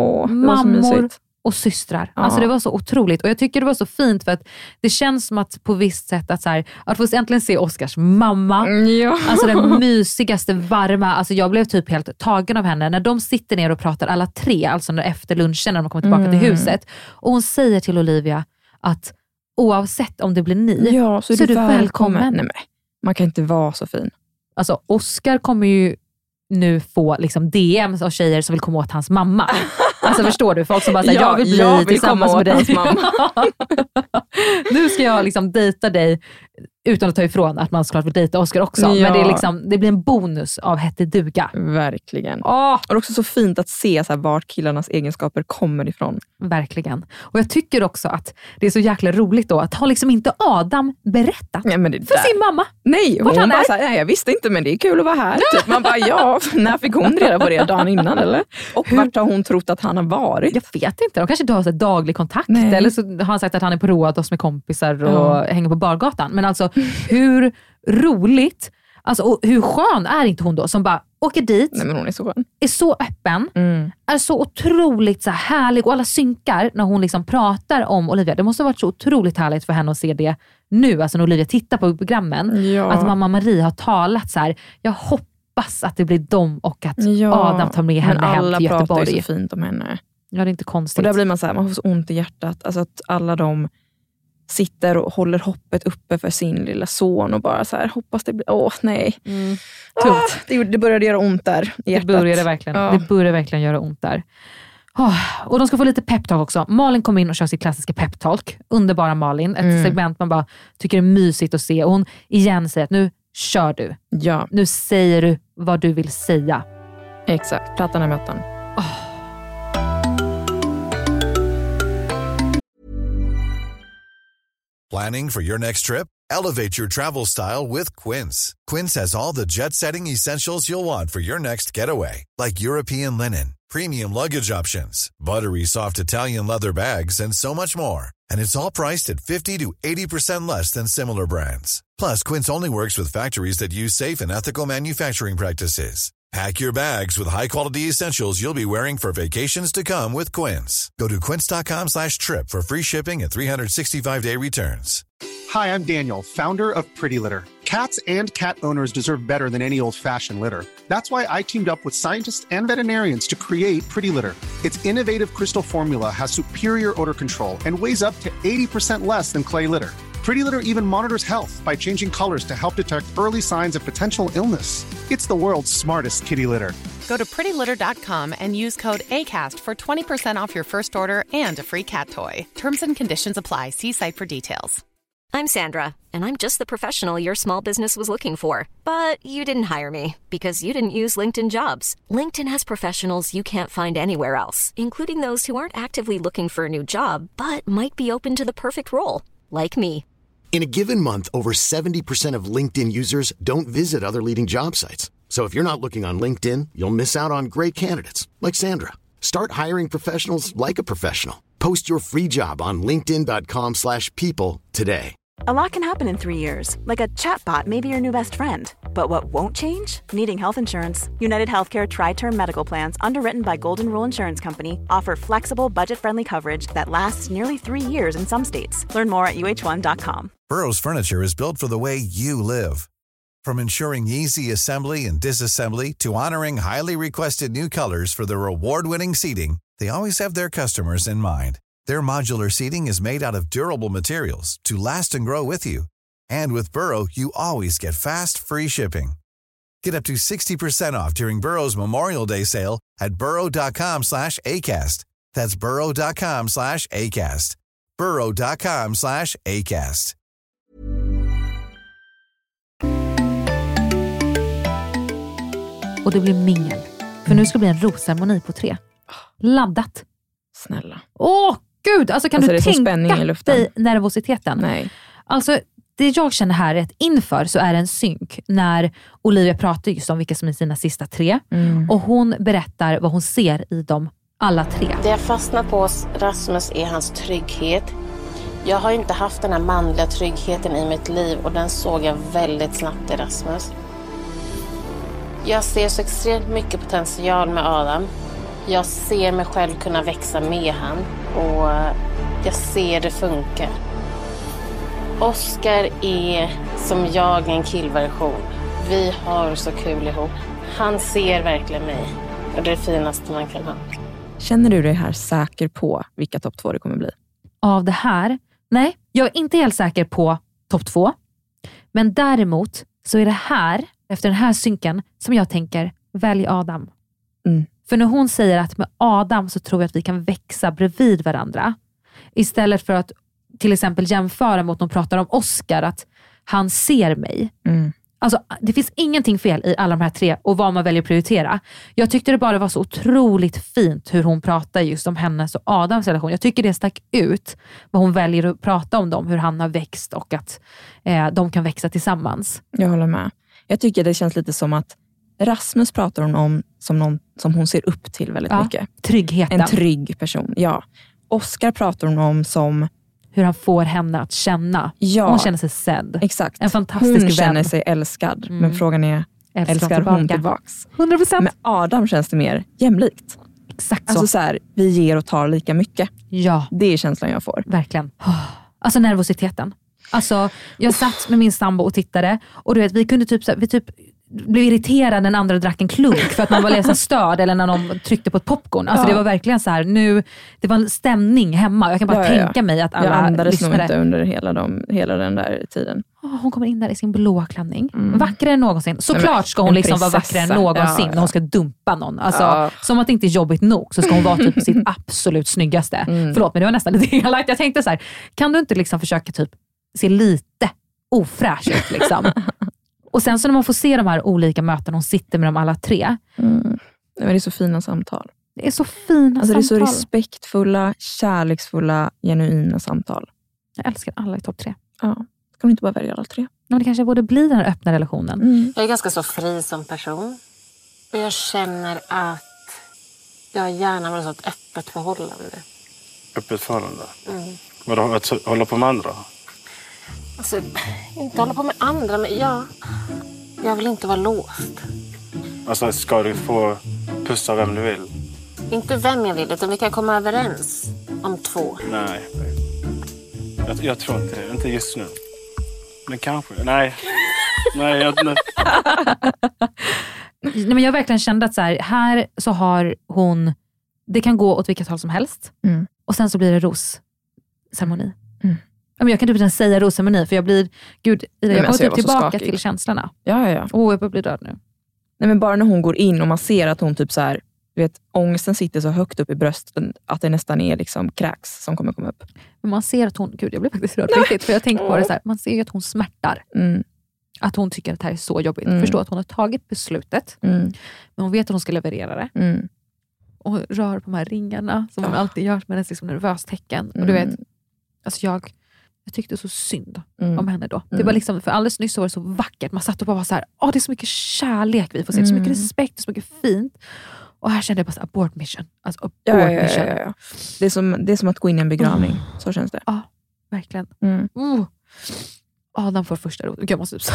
Mammor och systrar. Alltså det var så otroligt. Och jag tycker det var så fint för att det känns som att på visst sätt att, så här, att få äntligen se Oscars mamma. Alltså den mysigaste, varma. Alltså jag blev typ helt tagen av henne. När de sitter ner och pratar alla 3, alltså efter lunchen när de kommer tillbaka till huset. Och hon säger till Olivia att oavsett om det blir ni, så är du välkommen. Nej, men man kan inte vara så fin. Alltså Oscar kommer ju nu få liksom DMs av tjejer som vill komma åt hans mamma. Alltså förstår du? Folk som bara säger, jag vill bli tillsammans med dig. Mamma. Nu ska jag liksom dejta dig Utan att ta ifrån att man såklart vill dejta Oscar också. Ja. Men det, är liksom, det blir en bonus av hette duga. Verkligen. Och det är också så fint att se så här, vart killarnas egenskaper kommer ifrån. Verkligen. Och jag tycker också att det är så jäkla roligt då att har liksom inte Adam berättat för sin mamma. Nej, hon bara så här, nej, jag visste inte men det är kul att vara här. Typ. Man bara, när fick hon reda på det dagen innan eller? Och vart har hon trott att han har varit? Jag vet inte, de kanske inte har så daglig kontakt. Nej. Eller så har han sagt att han är på Rhodos med kompisar och hänger på bargatan. Men alltså hur roligt, alltså, och hur skön är inte hon då som bara åker dit. Nej, men hon är så skön. Är så öppen. Är så otroligt så här härlig och alla synkar när hon liksom pratar om Olivia. Det måste ha varit så otroligt härligt för henne att se det nu, alltså när Olivia tittar på programmen. Ja. Att mamma Marie har talat så här, jag hoppas att det blir dem och att Adam tar med henne hem till Göteborg. Alla pratar ju så fint om henne. Ja, det är inte konstigt. Och där blir man så här, man får så ont i hjärtat. Alltså att alla de sitter och håller hoppet uppe för sin lilla son och bara så här, hoppas det blir, nej. Det började göra ont där i hjärtat. Det började verkligen, det började verkligen göra ont där. Och de ska få lite peptalk också. Malin kom in och kör sitt klassiska peptalk. Underbara Malin. Ett segment man bara tycker är mysigt att se. Och hon igen säger att nu kör du. Ja. Nu säger du vad du vill säga. Exakt, plattan är mötan. Planning for your next trip? Elevate your travel style with Quince. Quince has all the jet-setting essentials you'll want for your next getaway, like European linen, premium luggage options, buttery soft Italian leather bags, and so much more. And it's all priced at 50 to 80% less than similar brands. Plus, Quince only works with factories that use safe and ethical manufacturing practices. Pack your bags with high-quality essentials you'll be wearing for vacations to come with Quince. Go to quince.com/trip for free shipping and 365-day returns. Hi, I'm Daniel, founder of Pretty Litter. Cats and cat owners deserve better than any old-fashioned litter. That's why I teamed up with scientists and veterinarians to create Pretty Litter. Its innovative crystal formula has superior odor control and weighs up to 80% less than clay litter. Pretty Litter even monitors health by changing colors to help detect early signs of potential illness. It's the world's smartest kitty litter. Go to prettylitter.com and use code ACAST for 20% off your first order and a free cat toy. Terms and conditions apply. See site for details. I'm Sandra, and I'm just the professional your small business was looking for. But you didn't hire me because you didn't use LinkedIn Jobs. LinkedIn has professionals you can't find anywhere else, including those who aren't actively looking for a new job, but might be open to the perfect role, like me. In a given month, over 70% of LinkedIn users don't visit other leading job sites. So if you're not looking on LinkedIn, you'll miss out on great candidates like Sandra. Start hiring professionals like a professional. Post your free job on linkedin.com/people today. A lot can happen in 3 years, like a chatbot may be your new best friend. But what won't change? Needing health insurance. United Healthcare Tri-Term Medical Plans, underwritten by Golden Rule Insurance Company, offer flexible, budget-friendly coverage that lasts nearly 3 years in some states. Learn more at uh1.com. Burrow's furniture is built for the way you live. From ensuring easy assembly and disassembly to honoring highly requested new colors for their award-winning seating, they always have their customers in mind. Their modular seating is made out of durable materials to last and grow with you. And with Burrow, you always get fast, free shipping. Get up to 60% off during Burrow's Memorial Day sale at burrow.com/ACAST. That's burrow.com/ACAST. burrow.com/ACAST. Och det blir mingel. För nu ska det bli en rosceremoni på 3. Laddat. Snälla. Gud, alltså kan du tänka dig nervositeten? Nej. Alltså, det jag känner här är att inför så är det en synk när Olivia pratar just om vilka som är sina sista 3. Och hon berättar vad hon ser i dem alla 3. Det jag fastnar på hos Rasmus är hans trygghet. Jag har inte haft den här manliga tryggheten i mitt liv och den såg jag väldigt snabbt i Rasmus. Jag ser så extremt mycket potential med Adam. Jag ser mig själv kunna växa med han och jag ser det funka. Oscar är som jag en killversion. Vi har så kul ihop. Han ser verkligen mig och det är det finaste man kan ha. Känner du dig här säker på vilka topp 2 det kommer bli? Av det här? Nej, jag är inte helt säker på topp 2. Men däremot så är det här, efter den här synken, som jag tänker, välj Adam. För när hon säger att med Adam så tror jag att vi kan växa bredvid varandra. Istället för att till exempel jämföra mot när hon pratar om Oscar, att han ser mig. Alltså, det finns ingenting fel i alla de här 3 och vad man väljer att prioritera. Jag tyckte det bara var så otroligt fint hur hon pratar just om hennes och Adams relation. Jag tycker det stack ut vad hon väljer att prata om dem, hur han har växt och att de kan växa tillsammans. Jag håller med. Jag tycker det känns lite som att Rasmus pratar hon om som någon som hon ser upp till väldigt mycket. Tryggheten. En trygg person, ja. Oscar pratar hon om som hur han får henne att känna. Ja, hon känner sig sedd. Exakt. En fantastisk hon känner vän. sig älskad. Men frågan är, älskar hon tillbaks? 100%. Med Adam känns det mer jämlikt. Exakt så. Alltså så här, vi ger och tar lika mycket. Ja. Det är känslan jag får. Verkligen. Alltså nervositeten. Alltså jag satt med min sambo och tittade. Och du vet, vi kunde blev irriterad när den andra drack en klunk för att man var ledsen störd eller när de tryckte på ett popcorn. Alltså det var verkligen så här det var en stämning hemma. Jag kan bara tänka mig att alla jag andades lyssnade. nog inte under hela den där tiden. Hon kommer in där i sin blåa klänning. Vackrare än någonsin. Såklart ska hon liksom vara vackrare än någonsin när hon ska dumpa någon. Alltså, som att det inte är jobbigt nog så ska hon vara typ sitt absolut snyggaste. Förlåt, men det var nästan lite elakt. Jag tänkte så här, kan du inte liksom försöka typ se lite ofräsch ut liksom? Och sen så när man får se de här olika mötena, hon sitter med dem alla 3. Men det är så fina samtal. Det är så fina samtal. Det är så respektfulla, kärleksfulla, genuina samtal. Jag älskar alla i topp 3. Ja, ska hon inte bara välja alla 3? Men det kanske borde bli den här öppna relationen. Jag är ganska så fri som person. Och jag känner att jag gärna vill ha ett öppet förhållande. Öppet förhållande? Vadå, att hålla på med andra? Alltså, inte hålla på med andra, men jag vill inte vara låst. Alltså, ska du få pussa vem du vill? Inte vem jag vill, utan vi kan komma överens om 2. Nej. Jag tror inte just nu. Men kanske. Nej, Nej, men jag verkligen kände att här så har hon, det kan gå åt vilket håll som helst. Och sen så blir det rosceremoni. Men jag kan typ inte säga rosceremoni för jag blir, jag går typ tillbaka till känslorna. Ja. Jag börjar bli död nu. Nej, men bara när hon går in och man ser att hon typ så här, du vet, ångesten sitter så högt upp i brösten att det nästan är liksom kräks som kommer komma upp. Men man ser att hon, jag blir faktiskt rörd riktigt för jag tänker på det så här, man ser ju att hon smärtar. Att hon tycker att det här är så jobbigt. Förstår att hon har tagit beslutet. Men hon vet att hon ska leverera det. Och rör på de här ringarna som hon alltid gör med ett liksom nervös tecken. Och du vet, alltså jag tyckte så synd om henne då. Det var liksom, för alldeles nyss så var det så vackert. Man satt och bara var så här, det är så mycket kärlek vi får se. Så mycket respekt, så mycket fint. Och här kände jag bara så abort mission. Alltså abort mission. Ja. Det är som att gå in i en begravning. Så känns det. Ja, verkligen. Adam får första rosen. Jag måste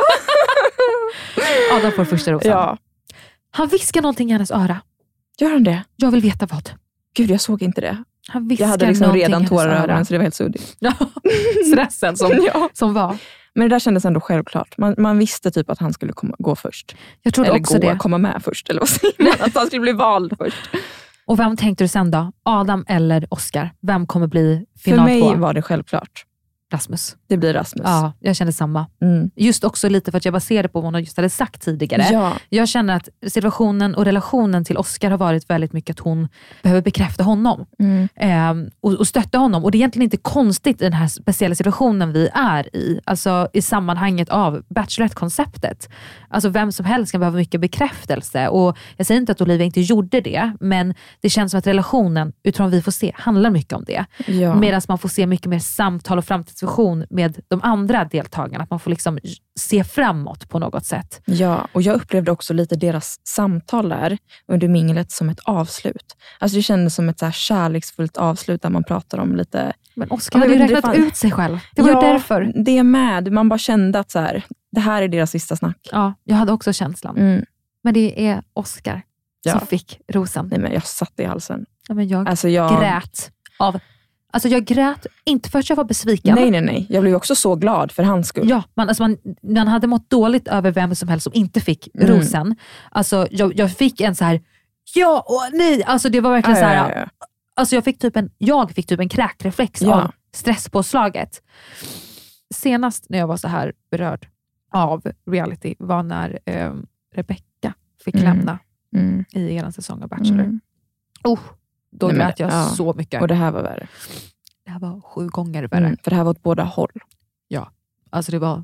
Adam får första rosen. Ja. Han viskar någonting i hennes öra. Gör han det? Jag vill veta vad. Gud, jag såg inte det. Han viskar jag hade liksom redan tårar i ögonen så det var helt suddigt. Ja, stressen som var. Men det där kändes ändå självklart. Man visste typ att han skulle gå först. Jag trodde eller också komma med först. Eller vad säger man? Att han skulle bli vald först. Och vem tänkte du sen då? Adam eller Oscar? Vem kommer bli final 2? För mig var det självklart. Rasmus. Det blir Rasmus. Ja, jag kände samma. Just också lite för att jag baserade på vad hon just hade sagt tidigare. Ja. Jag känner att situationen och relationen till Oscar har varit väldigt mycket att hon behöver bekräfta honom. Och stötta honom. Och det är egentligen inte konstigt i den här speciella situationen vi är i. Alltså i sammanhanget av Bachelorette-konceptet. Alltså vem som helst kan behöva mycket bekräftelse. Och jag säger inte att Olivia inte gjorde det. Men det känns som att relationen, utifrån vi får se, handlar mycket om det. Ja. Medan man får se mycket mer samtal och framtidsvision med de andra deltagarna. Att man får liksom se framåt på något sätt. Ja, och jag upplevde också lite deras samtal där under minglet som ett avslut. Alltså det kändes som ett så här kärleksfullt avslut där man pratar om lite... Men Oscar hade ju räknat ut sig själv. Det var ju därför. Det är med. Man bara kände att så här, det här är deras sista snack. Ja, jag hade också känslan. Men det är Oscar som fick rosen. Nej, men jag satt i halsen. Ja, men jag grät av... Alltså jag grät inte för att jag var besviken. Nej. Jag blev också så glad för hans skull. Ja, man hade mått dåligt över vem som helst som inte fick rosen. Alltså jag fick en så här, ja och nej. Alltså det var verkligen så här. Ja. Alltså jag fick typ en kräkreflex av stresspåslaget. Senast när jag var så här berörd av reality var när Rebecca fick lämna i er säsong av Bachelor. Då grät jag så mycket. Och det här var värre. Det här var 7 gånger värre. För det här var åt båda håll. Ja, alltså det var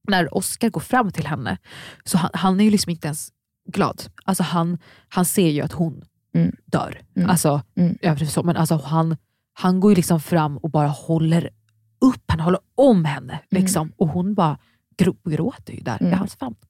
när Oscar går fram till henne, så han är ju liksom inte ens glad. Alltså han ser ju att hon dör. Alltså, så, men alltså han går ju liksom fram och bara håller upp, han håller om henne liksom, och hon bara gråter ju där i hans famn.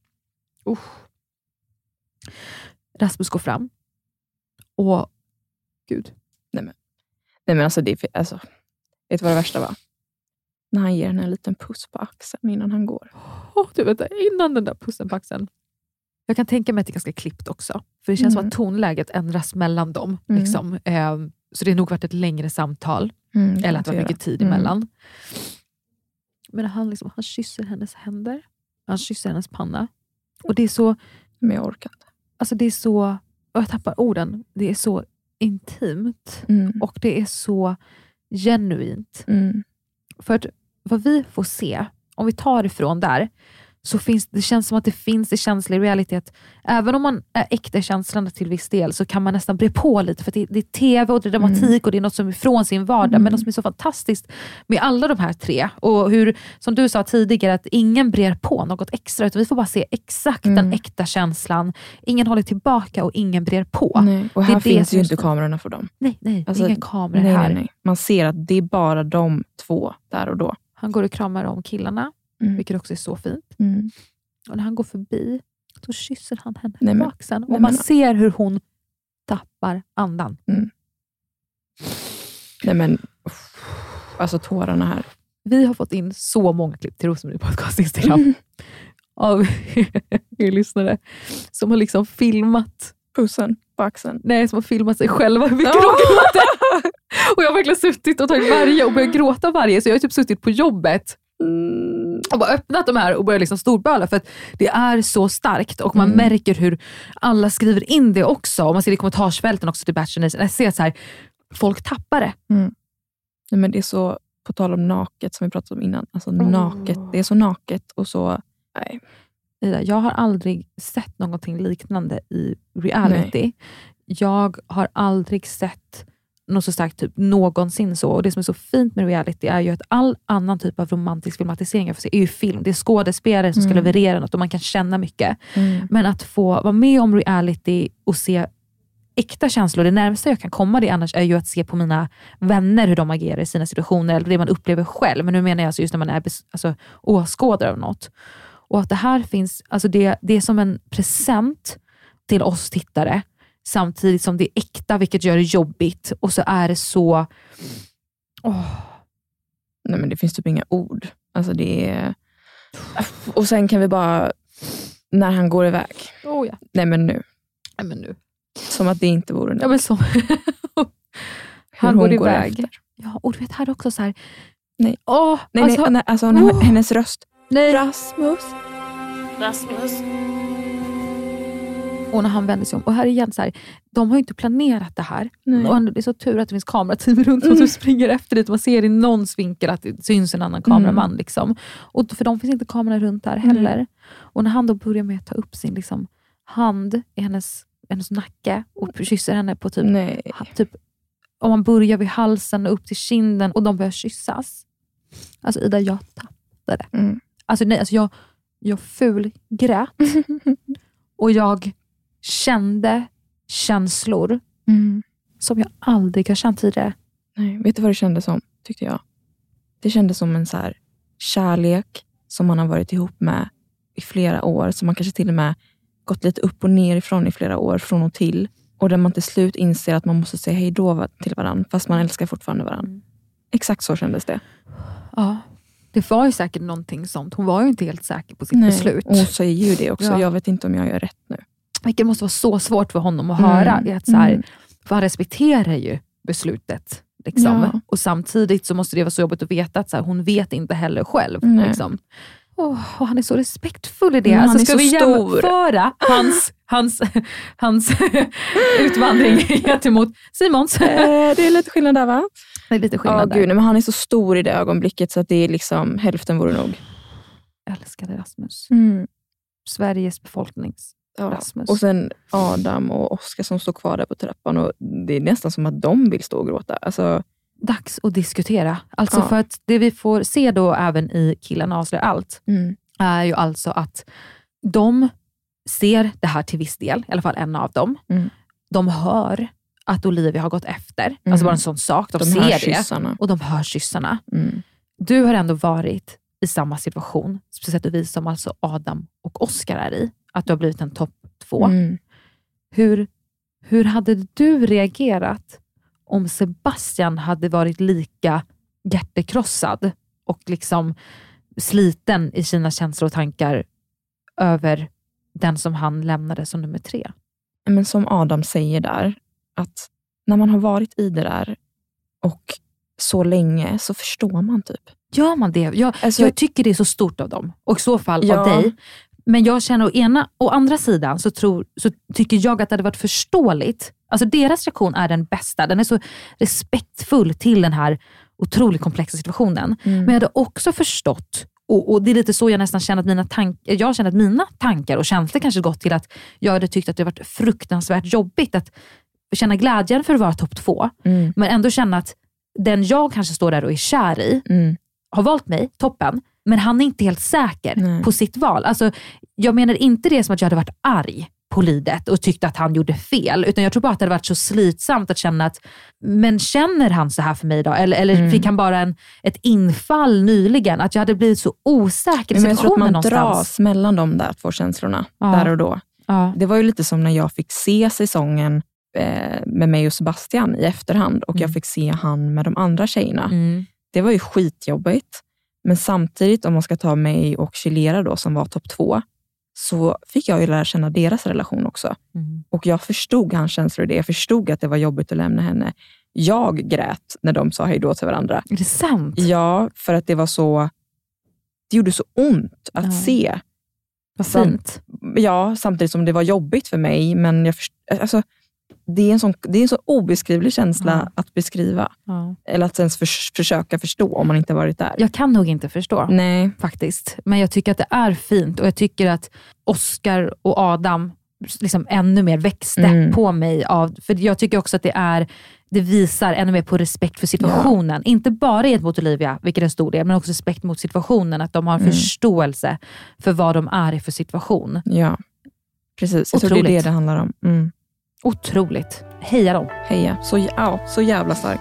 Rasmus går fram och gud. Nej men alltså det är, alltså, vet du vad det värsta var? När han ger henne en liten puss på axeln innan han går. Du vet, innan den där pussen på axeln. Jag kan tänka mig att det är ganska klippt också. För det känns som att tonläget ändras mellan dem. Liksom. Så det har nog varit ett längre samtal. Eller att det var mycket tid emellan. Men han kysser hennes händer. Han kysser hennes panna. Och det är så... Men jag orkar inte. Alltså det är så... Och jag tappar orden. Det är så intimt. Och det är så genuint. För att vad vi får se, om vi tar ifrån där, så det känns som att det finns i känslig reality att även om man är äkta känslan till viss del, så kan man nästan bre på lite, för det är tv och det är dramatik och det är något som är från sin vardag, men något som är så fantastiskt med alla de här tre, och hur, som du sa tidigare, att ingen brer på något extra, utan vi får bara se exakt den äkta känslan. Ingen håller tillbaka och ingen brer på. Nej. Och här finns ju inte kamerorna för dem. Nej, alltså, ingen kamera här. Nej. Man ser att det är bara de två där och då. Han går och kramar om killarna. Vilket också är så fint. Och när han går förbi, så kysser han henne på axeln. Och man ser hur hon tappar andan. Nej men, alltså tårarna här. Vi har fått in så många klipp till Rosmarie Podcast Instagram. Av er lyssnare. Som har liksom filmat pussen på axeln. Nej, som har filmat sig själva. Hur mycket de gråter. Och jag har verkligen suttit och tagit varje och börjat gråta varje. Så jag har typ suttit på jobbet. Och bara öppnat de här och börjat liksom storböla, för att det är så starkt, och man märker hur alla skriver in det också, och man ser det i kommentarsfälten också till Bachelor. Jag ser att så här, folk tappar det. Nej, men det är så, på tal om naket som vi pratade om innan, alltså naket, det är så naket och så, nej. Jag har aldrig sett någonting liknande i reality. Nej. Jag har aldrig sett något så starkt typ någonsin så. Och det som är så fint med reality är ju att all annan typ av romantisk filmatisering jag får se är ju film. Det är skådespelare som ska leverera något och man kan känna mycket. Men att få vara med om reality och se äkta känslor, det närmaste jag kan komma det annars är ju att se på mina vänner hur de agerar i sina situationer, eller det man upplever själv. Men nu menar jag alltså just när man är åskådare av något. Och att det här finns, alltså det är som en present till oss tittare. Samtidigt som det är äkta, vilket gör det jobbigt. Och så är det så... Nej, men det finns typ inga ord. Alltså det är... Och sen kan vi bara... När han går iväg. Ja. Nej, men nu. Som att det inte vore nu. Ja, men som... han går iväg. Efter. Ja, och du vet här också så här... Nej. Hennes röst. Nej. Rasmus. Och när han vänder sig om. Och här igen så här, de har ju inte planerat det här. Nej. Och det är så tur att det finns kamerateam runt och du springer efter dit. Man ser i någons vinkel att det syns en annan kameraman. Liksom. Och för dem finns inte kameror runt där heller. Och när han då börjar med att ta upp sin liksom, hand i hennes nacke och kysser henne på typ, om man börjar vid halsen och upp till kinden och de börjar kyssas. Alltså Ida, jag tappade det. Alltså jag fulgrät. Och jag kände känslor som jag aldrig har känt tidigare. Nej, vet du vad det kändes som, tyckte jag? Det kändes som en så här kärlek som man har varit ihop med i flera år. Som man kanske till och med gått lite upp och ner ifrån i flera år, från och till. Och där man till slut inser att man måste säga hej då till varandra, fast man älskar fortfarande varandra. Exakt så kändes det. Ja, det var ju säkert någonting sånt. Hon var ju inte helt säker på sitt beslut. Och hon säger ju det också. Ja. Jag vet inte om jag gör rätt nu. Vilket måste vara så svårt för honom att höra. Att så här, för han respekterar ju beslutet. Liksom. Ja. Och samtidigt så måste det vara så jobbigt att veta att så här, hon vet inte heller själv. Liksom. Och han är så respektfull i det. Alltså, ska vi jämföra hans utvandring gentemot Simons? Det är lite skillnad där, va? Det är lite skillnad där. Gud, men han är så stor i det ögonblicket så att det är liksom hälften vore nog. Jag älskade Rasmus. Sveriges befolknings Rasmus. Och sen Adam och Oskar som står kvar där på trappan och det är nästan som att de vill stå och gråta. Alltså, dags att diskutera. Alltså för att det vi får se då även i Killarna avslöjar allt är ju alltså att de ser det här till viss del, i alla fall en av dem. De hör att Olivia har gått efter. Alltså bara en sån sak. De ser det kyssarna. Och de hör kyssarna. Du har ändå varit i samma situation, speciellt och vis som alltså Adam och Oscar är i. Att du har blivit en topp 2. Hur hade du reagerat om Sebastian hade varit lika hjärtekrossad och liksom sliten i sina känslor och tankar över den som han lämnade som nummer 3? Men som Adam säger där, att när man har varit i det där och så länge så förstår man typ. Gör man det? Jag tycker det är så stort av dem. Och i så fall av dig. Men jag känner å andra sidan så tycker jag att det hade varit förståeligt. Alltså deras reaktion är den bästa. Den är så respektfull till den här otroligt komplexa situationen. Men jag hade också förstått, och det är lite så jag nästan känner att mina tankar och känslor kanske gått till att jag hade tyckt att det varit fruktansvärt jobbigt att känna glädjen för att vara topp 2. Men ändå känna att den jag kanske står där och är kär i har valt mig, toppen. Men han är inte helt säker på sitt val. Alltså, jag menar inte det som att jag hade varit arg på lidet och tyckte att han gjorde fel. Utan jag tror bara att det hade varit så slitsamt att känna att, men känner han så här för mig idag? Eller fick han bara ett infall nyligen? Att jag hade blivit så osäker i situationen någonstans. Men jag tror att man dras mellan de där 2 känslorna, där och då. Det var ju lite som när jag fick se säsongen med mig och Sebastian i efterhand. Och jag fick se han med de andra tjejerna. Det var ju skitjobbigt. Men samtidigt, om man ska ta mig och Chilera då, som var topp 2, så fick jag ju lära känna deras relation också. Och jag förstod hans känslor i det. Jag förstod att det var jobbigt att lämna henne. Jag grät när de sa hej då till varandra. Är det sant? Ja, för att det var så... Det gjorde så ont att se. Vad fint. Ja, samtidigt som det var jobbigt för mig. Men jag alltså, det är en så obeskrivlig känsla att beskriva. Eller att ens försöka förstå om man inte varit där. Jag kan nog inte förstå. Nej. Faktiskt. Men jag tycker att det är fint. Och jag tycker att Oscar och Adam liksom ännu mer växte på mig. För jag tycker också att det visar ännu mer på respekt för situationen. Inte bara gentemot Olivia, vilket är en stor del, men också respekt mot situationen. Att de har förståelse för vad de är i för situation. Ja, precis. Jag tror det är det handlar om. Otroligt. Heja dem. Heja. Så jävla starkt.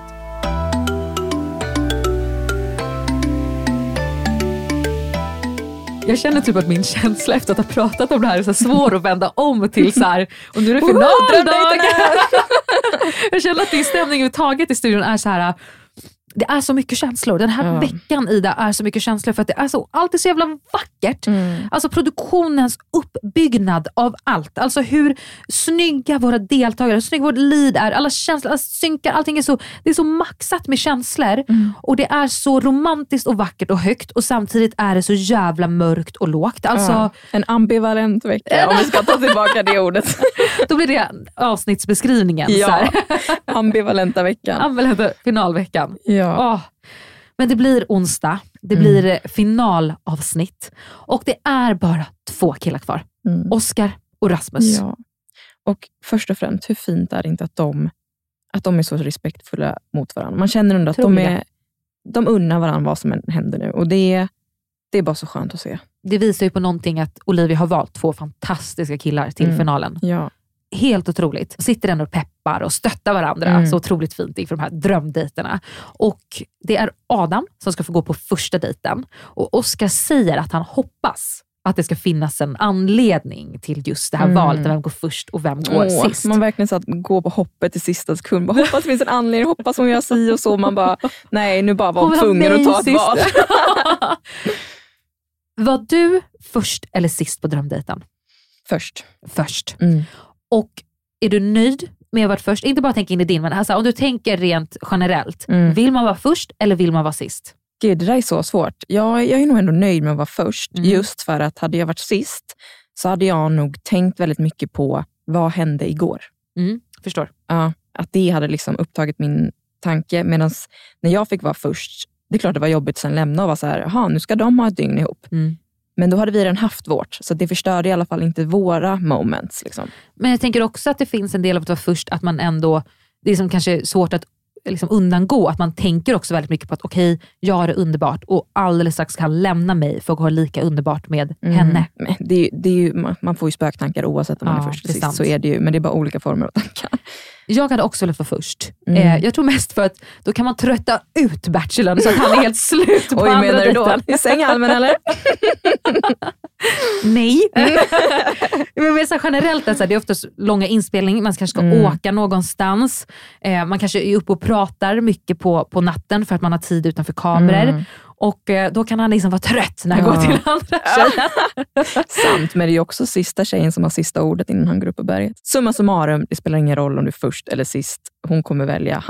Jag känner typ att min känsla efter att ha pratat om det här är så svår att vända om till så här. Och nu är det finaldag. Jag känner att din stämning överhuvudtaget i studion är så här. Det är så mycket känslor. Den här veckan, Ida, är så mycket känslor för att det är allt är så jävla vackert. Alltså produktionens uppbyggnad av allt. Alltså hur snygga våra deltagare, hur snygga vårt lead är. Alla känslor, alla synkar, allting är så maxat med känslor. Och det är så romantiskt och vackert och högt. Och samtidigt är det så jävla mörkt och lågt. Alltså, en ambivalent vecka, om vi ska ta tillbaka det ordet. Då blir det avsnittsbeskrivningen. Ja, så här. ambivalenta veckan. Ambivalenta finalveckan. Ja. Men det blir onsdag. Det blir finalavsnitt. Och det är bara 2 killar kvar. Oscar och Rasmus. Ja. Och först och främst, hur fint är det inte att de är så respektfulla mot varandra. Man känner ändå att de unnar varandra vad som händer nu. Och det är bara så skönt att se. Det visar ju på någonting att Olivia har valt 2 fantastiska killar till finalen. Ja. Helt otroligt. Sitter ändå och peppar och stöttar varandra. Så otroligt fint inför de här drömdejterna. Och det är Adam som ska få gå på första dejten. Och Oscar säger att han hoppas att det ska finnas en anledning till just det här valet. Vem går först och vem går sist. Man verkligen så att gå på hoppet till sista sekund. Hoppas det finns en anledning. Hoppas hon gör si och så. Man bara, nej, nu bara var hon tvungen att ta ett val. Var du först eller sist på drömdejten? Först. Och är du nöjd med att vara först? Inte bara tänka in i din, men alltså, om du tänker rent generellt. Vill man vara först eller vill man vara sist? Gud, det där är så svårt. Jag är nog ändå nöjd med att vara först. Just för att hade jag varit sist så hade jag nog tänkt väldigt mycket på vad hände igår. Förstår. Ja, att det hade liksom upptagit min tanke. Medan när jag fick vara först, det är klart det var jobbigt sen lämna och vara så här, nu ska de ha ett dygn ihop. Men då hade vi redan haft vårt. Så det förstörde i alla fall inte våra moments. Liksom. Men jag tänker också att det finns en del av att vara först. Att man ändå, det är som kanske svårt att liksom undangå. Att man tänker också väldigt mycket på att okej, jag har det underbart och alldeles strax kan lämna mig för att ha lika underbart med henne. Det är ju, man får ju spöktankar oavsett om man är först eller sist. Så är det ju, men det är bara olika former av tankar. Jag hade också velat vara först. Jag tror mest för att då kan man trötta ut bachelorn så att han är helt slut på andra menar du då? I sänghalmen eller? Nej. Men så generellt att det är oftast långa inspelningar. Man kanske ska åka någonstans. Man kanske är uppe och pratar mycket på natten för att man har tid utanför kameror. Och då kan han liksom vara trött när han går till andra tjejen. Sant, men det är också sista tjejen som har sista ordet innan han går upp på berget. Summa summarum, det spelar ingen roll om du är först eller sist. Han kommer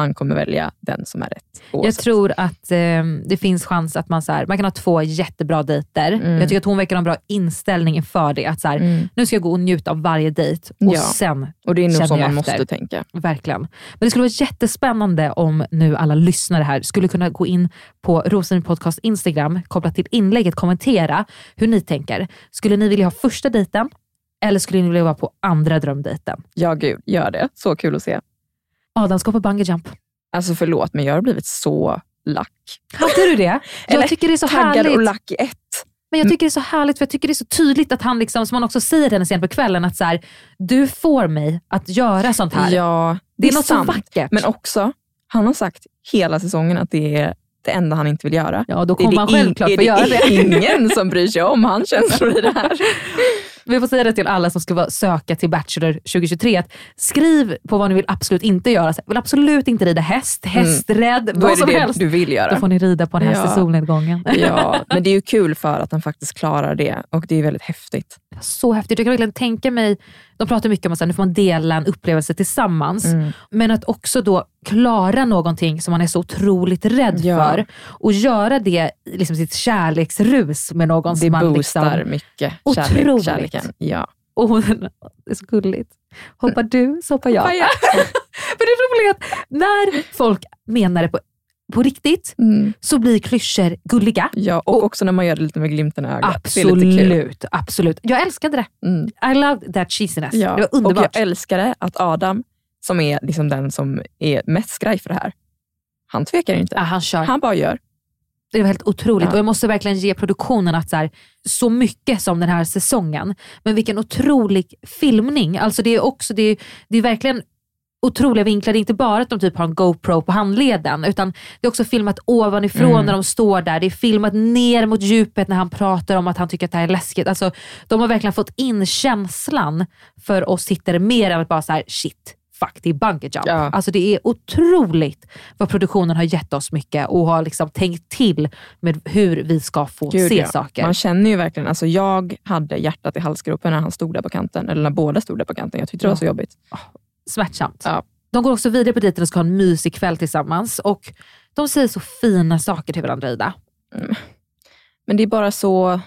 välja den som är rätt. Oavsett. Jag tror att det finns chans att man kan ha 2 jättebra dejter. Jag tycker att hon verkar ha en bra inställning inför det. Att nu ska jag gå och njuta av varje dejt. Och sen och det är nog så man efter. Måste tänka. Verkligen. Men det skulle vara jättespännande om nu alla lyssnare här skulle kunna gå in på Rosceremoni Podcast Instagram, kopplat till inlägget, kommentera hur ni tänker. Skulle ni vilja ha första dejten eller skulle ni vilja vara på andra drömdejten? Ja gud, gör det. Så kul att se. Adam ska på bungee jump. Alltså förlåt, men jag har blivit så lack. Hade du det? Jag tycker det är så härligt. Och lack i ett. Men jag tycker det är så härligt, för jag tycker det är så tydligt att han liksom, som man också säger henne sen på kvällen, att du får mig att göra sånt här. Ja, det är något så vackert. Men också, han har sagt hela säsongen att det är det enda han inte vill göra. Ja, då kommer han självklart få göra det. Det är ingen som bryr sig om hans känslor i det här. Vi får säga det till alla som ska söka till Bachelor 2023. Att skriv på vad ni vill absolut inte göra. Jag vill absolut inte rida hästrädd. Då vad som är det helst. Du vill göra. Då får ni rida på en häst i solnedgången. Ja, men det är ju kul för att han faktiskt klarar det. Och det är väldigt häftigt. Så häftigt. Jag kan verkligen tänka mig, de pratar mycket om att nu får man dela en upplevelse tillsammans. Men att också då klara någonting som man är så otroligt rädd för. Och göra det liksom sitt kärleksrus med någon som man boostar mycket kärleken. Ja. Och hon, det är så gulligt. Hoppar du så hoppar jag. För det är roligt att när folk menar det på riktigt så blir klyschor gulliga. Ja, och också när man gör det lite med glimten i ögat. Absolut. Jag älskade det. I love that cheesiness. Ja. Det var underbart. Och jag älskade att Adam, som är liksom den som är mest skraj för det här, han tvekar inte. Ja, han kör. Han bara gör. Det var helt otroligt. Och jag måste verkligen ge produktionen att så mycket som den här säsongen. Men vilken otrolig filmning. Alltså det är också, det är verkligen otroliga vinklar. Det är inte bara att de typ har en GoPro på handleden, utan det är också filmat ovanifrån när de står där. Det är filmat ner mot djupet när han pratar om att han tycker att det här är läskigt. Alltså de har verkligen fått in känslan för oss tittare mer än att bara shit. Fuck, det är bungee jump. Ja. Alltså det är otroligt vad produktionen har gett oss mycket och har liksom tänkt till med hur vi ska få se saker. Man känner ju verkligen, alltså jag hade hjärtat i halsgropen när han stod där på kanten, eller när båda stod där på kanten. Jag tyckte det var så jobbigt. Smärtsamt. Ja. De går också vidare på dejten och ska ha en mysig kväll tillsammans och de säger så fina saker till varandra, Ida. Men det är bara så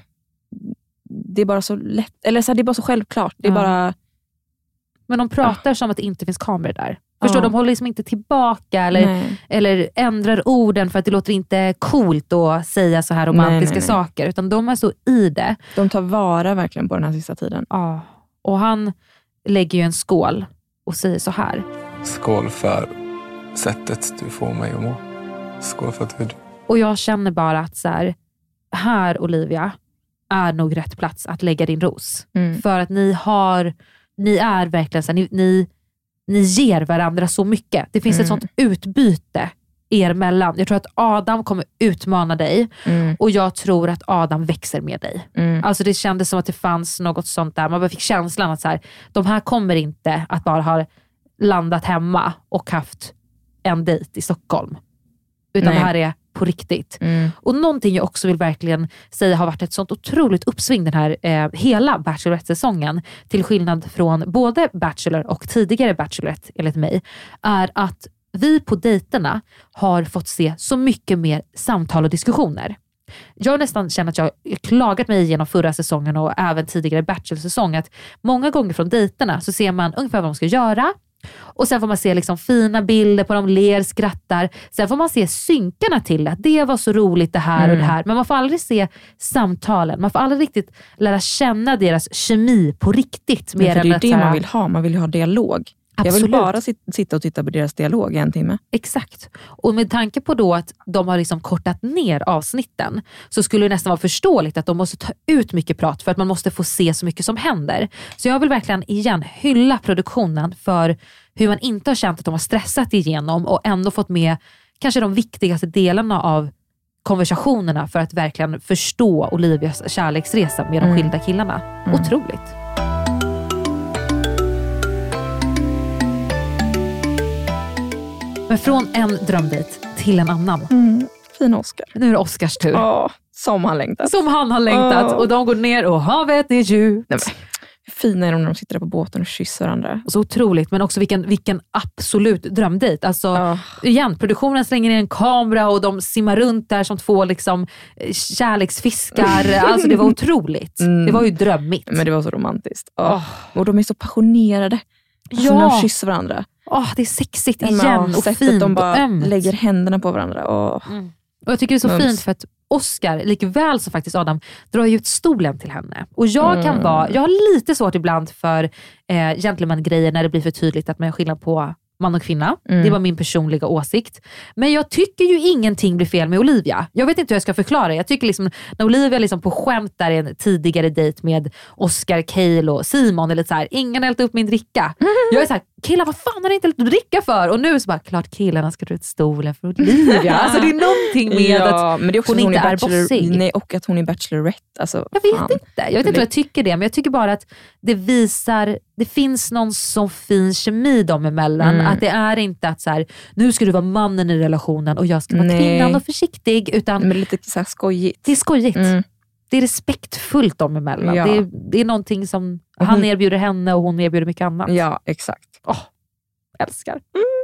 lätt, eller så här, det är bara så självklart. Det är bara... Men de pratar som att det inte finns kameror där. Förstår, de håller liksom inte tillbaka eller ändrar orden för att det låter inte coolt att säga så här romantiska saker. Utan de är så i det. De tar vara verkligen på den här sista tiden. Ja. Och han lägger ju en skål och säger så här. Skål för sättet du får mig att må. Skål för att du... Och jag känner bara att här Olivia är nog rätt plats att lägga din ros. För att ni är verkligen ni ger varandra så mycket. Det finns ett sånt utbyte er mellan. Jag tror att Adam kommer utmana dig och jag tror att Adam växer med dig. Alltså det kändes som att det fanns något sånt där. Man bara fick känslan att de här kommer inte att bara ha landat hemma och haft en dejt i Stockholm. Utan det här är på riktigt. Och någonting jag också vill verkligen säga har varit ett sånt otroligt uppsving den här hela Bachelorette-säsongen, till skillnad från både Bachelor och tidigare Bachelorette enligt mig, är att vi på dejterna har fått se så mycket mer samtal och diskussioner. Jag nästan känner att jag klagat mig igenom förra säsongen och även tidigare Bachelor-säsong att många gånger från dejterna så ser man ungefär vad de ska göra. Och sen får man se liksom fina bilder på dem, ler, skrattar. Sen får man se synkarna till att det var så roligt det här och det här. Men man får aldrig se samtalen. Man får aldrig riktigt lära känna deras kemi på riktigt. Men för det är det man vill ha. Man vill ju ha dialog. Jag vill bara sitta och titta på deras dialog i en timme. Exakt. Och med tanke på då att de har liksom kortat ner avsnitten, så skulle det nästan vara förståeligt att de måste ta ut mycket prat för att man måste få se så mycket som händer. Så jag vill verkligen igen hylla produktionen för hur man inte har känt att de har stressat igenom och ändå fått med kanske de viktigaste delarna av konversationerna för att verkligen förstå Olivias kärleksresa med de skilda killarna. Otroligt. Men från en drömdejt till en annan. Fin Oscar. Nu är det Oscars tur. Som han längtat. Som han har längtat. Och de går ner och havet är djupt. Hur fina är de när de sitter där på båten och kysser varandra. Så otroligt, men också vilken absolut drömdejt. Alltså, igen, produktionen slänger ner en kamera och de simmar runt där som två liksom kärleksfiskar. Alltså det var otroligt. Det var ju drömmigt. Men det var så romantiskt. Och de är så passionerade. Alltså när de kysser varandra. Det är sexigt igen och fint de bara och ömt. lägger händerna på varandra. Och jag tycker det är så fint för att Oscar, likväl så faktiskt Adam, drar ju ut stolen till henne. Och jag har lite svårt ibland för gentleman-grejer när det blir för tydligt att man har skillnad på man och kvinna. Det var min personliga åsikt. Men jag tycker ju ingenting blir fel med Olivia. Jag vet inte hur jag ska förklara. Jag tycker liksom, när Olivia liksom på skämt där i en tidigare dejt med Oscar, Cale och Simon, eller så här, ingen har hällt upp min dricka. Jag är så här, killar, vad fan har ni inte hällt upp dricka för? Och nu så bara, klart killarna ska dra ut stolen för Olivia. Alltså det är någonting med att men det är också hon inte är bossig. Nej, och att hon är bachelorette. Alltså, jag vet inte vad jag tycker det. Men jag tycker bara att det visar, det finns någon så fin kemi dem emellan. Att det är inte att så här, nu ska du vara mannen i relationen och jag ska vara kvinnan och försiktig. Utan men lite så här skojigt. Det är skojigt. Det är respektfullt dem emellan. Ja. Det är någonting som han erbjuder henne och hon erbjuder mycket annat. Ja, exakt. Älskar.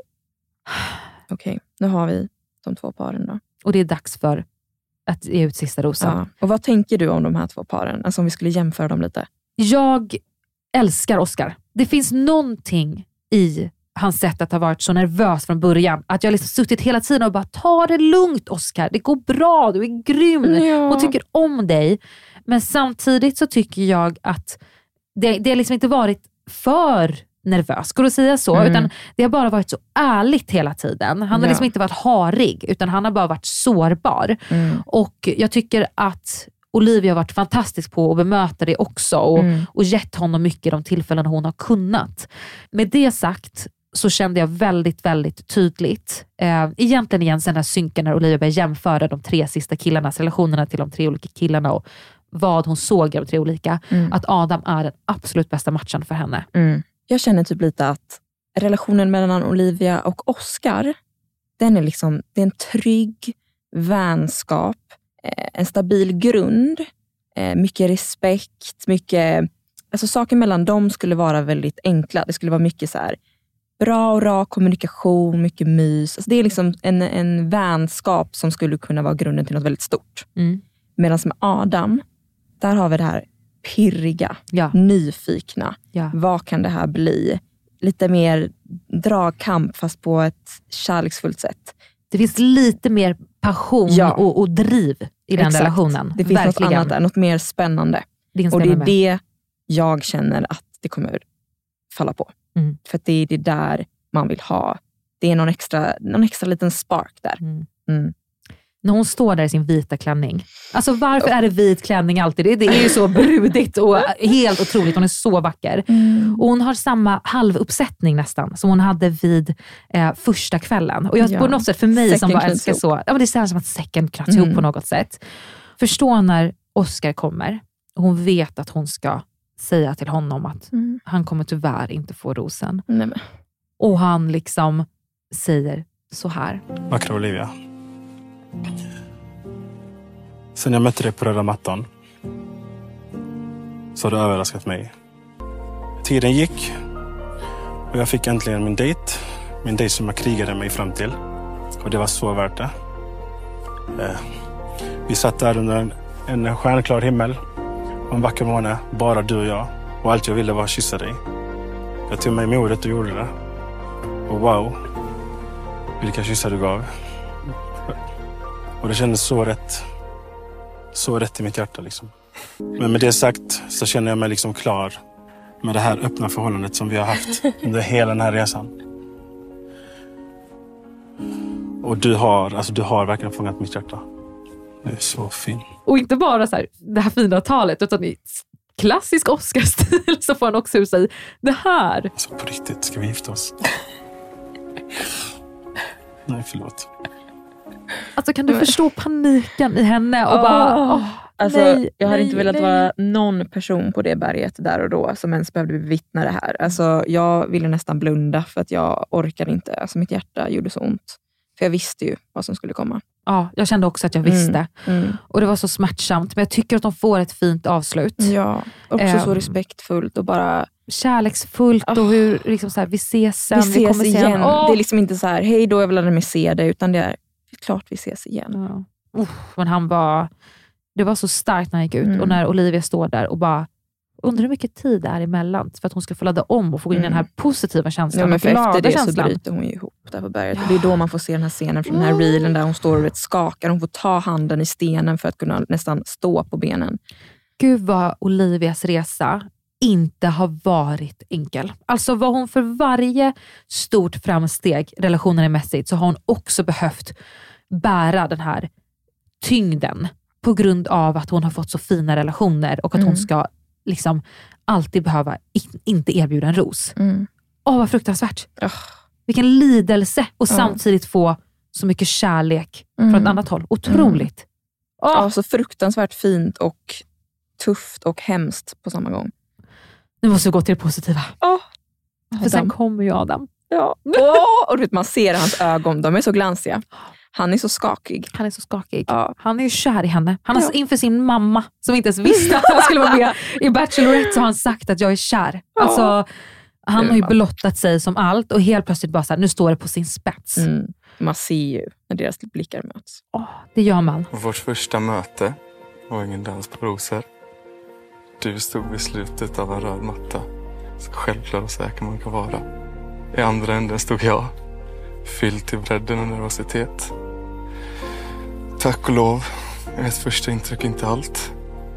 Okej, nu har vi de två paren då. Och det är dags för att ge ut sista rosan. Ja. Och vad tänker du om de här två paren? Alltså om vi skulle jämföra dem lite. Jag älskar Oscar. Det finns någonting i hans sätt att ha varit så nervös från början. Att jag liksom suttit hela tiden och bara, ta det lugnt Oscar. Det går bra, du är grym. Och tycker om dig. Men samtidigt så tycker jag att det har liksom inte varit för nervös, skulle jag säga så. Utan det har bara varit så ärligt hela tiden. Han har liksom inte varit harig, utan han har bara varit sårbar. Och jag tycker att Olivia har varit fantastisk på att bemöta det också. Och gett honom mycket de tillfällen hon har kunnat. Med det sagt så kände jag väldigt, väldigt tydligt. Egentligen igen sen den här synken när Olivia började jämföra de 3 sista killarnas relationerna till de 3 olika killarna och vad hon såg av de 3 olika. Att Adam är den absolut bästa matchen för henne. Jag känner typ lite att relationen mellan Olivia och Oscar, den är liksom, det är en trygg vänskap, en stabil grund, mycket respekt, mycket, alltså saker mellan dem skulle vara väldigt enkla. Det skulle vara mycket så här bra och rak kommunikation, mycket mys. Alltså det är liksom en vänskap som skulle kunna vara grunden till något väldigt stort. Medan med Adam, där har vi det här pirriga, nyfikna. Vad kan det här bli? Lite mer dragkamp fast på ett kärleksfullt sätt. Det finns lite mer passion och driv i den relationen. Det finns något annat där, något mer spännande. Och det är det jag känner att det kommer falla på. För att det är det där man vill ha. Det är någon extra liten spark där. När hon står där i sin vita klänning. Alltså varför är det vit klänning alltid? Det är ju så brudigt och helt otroligt. Hon är så vacker. Och hon har samma halvuppsättning nästan som hon hade vid första kvällen. Och jag på något sätt för mig second som var älskar så. Ja, men det känns som att second knöts ihop på något sätt. Förstå när Oscar kommer. Och hon vet att hon ska säga till honom att han kommer tyvärr inte få rosen. Nej, och han liksom säger så här. Vackra Olivia. Sen jag mötte dig på röda mattan så har du överraskat mig. Tiden gick och jag fick äntligen min dejt. Min dejt som jag krigade mig fram till. Och det var så värt det. Vi satt där under en stjärnklar himmel. En vacker måne, bara du och jag. Och allt jag ville var att kyssa dig. Jag tog mig modet och gjorde det. Och wow, vilka kyssar du gav. Och det kändes så rätt. Så rätt i mitt hjärta liksom. Men med det sagt så känner jag mig liksom klar med det här öppna förhållandet som vi har haft under hela den här resan. Och du har verkligen fångat mitt hjärta. Det är så fint. Och inte bara så här, det här fina talet, utan i klassisk Oscar-stil så får han också ur sig det här. Alltså på riktigt, ska vi gifta oss? Nej, förlåt. Alltså kan du förstå paniken i henne och bara... Alltså, jag hade inte velat vara någon person på det berget där och då som ens behövde bevittna det här. Alltså, jag ville nästan blunda för att jag orkade inte. Alltså, mitt hjärta gjorde så ont. För jag visste ju vad som skulle komma. Ja, jag kände också att jag visste. Och det var så smärtsamt. Men jag tycker att de får ett fint avslut. Ja, också så respektfullt och bara... kärleksfullt och hur liksom så här, vi ses sen. Vi ses igen. Det är liksom inte så här, hej då, jag vill aldrig mer se det. Utan det är klart vi ses igen. Ja. Men det var så starkt när han gick ut. Och när Olivia står där och bara undrar hur mycket tid det är emellan för att hon ska få ladda om och få in den här positiva känslan. Ja, men för efter det så bryter hon ju ihop där på berget. Och det är då man får se den här scenen från den här reelen där hon står och skakar. Hon får ta handen i stenen för att kunna nästan stå på benen. Gud vad Olivias resa inte har varit enkel. Alltså var hon för varje stort framsteg relationermässigt så har hon också behövt bära den här tyngden på grund av att hon har fått så fina relationer och att hon ska liksom alltid behöva inte erbjuda en ros. Vad fruktansvärt. Vilken lidelse och samtidigt få så mycket kärlek från ett annat håll. Otroligt. Ja, så fruktansvärt fint och tufft och hemskt på samma gång. Nu måste vi gå till det positiva. För sen kommer ju Adam. Ja. Och du vet, man ser hans ögon, de är så glansiga. Han är så skakig. Ja. Han är ju kär i henne. Han har inför sin mamma, som inte ens visste att han skulle vara med i Bachelorette, så har han sagt att jag är kär. Alltså, han har ju blottat sig som allt och helt plötsligt bara så här, nu står det på sin spets. Man ser ju när deras blickar möts. Det gör man. Vårt första möte var ingen dans på rosor. Du stod vid slutet av en röd matta. Så självklar och säker man kan vara. I andra änden stod jag, fylld till bredden av nervositet. Tack och lov är ett första intryck inte allt.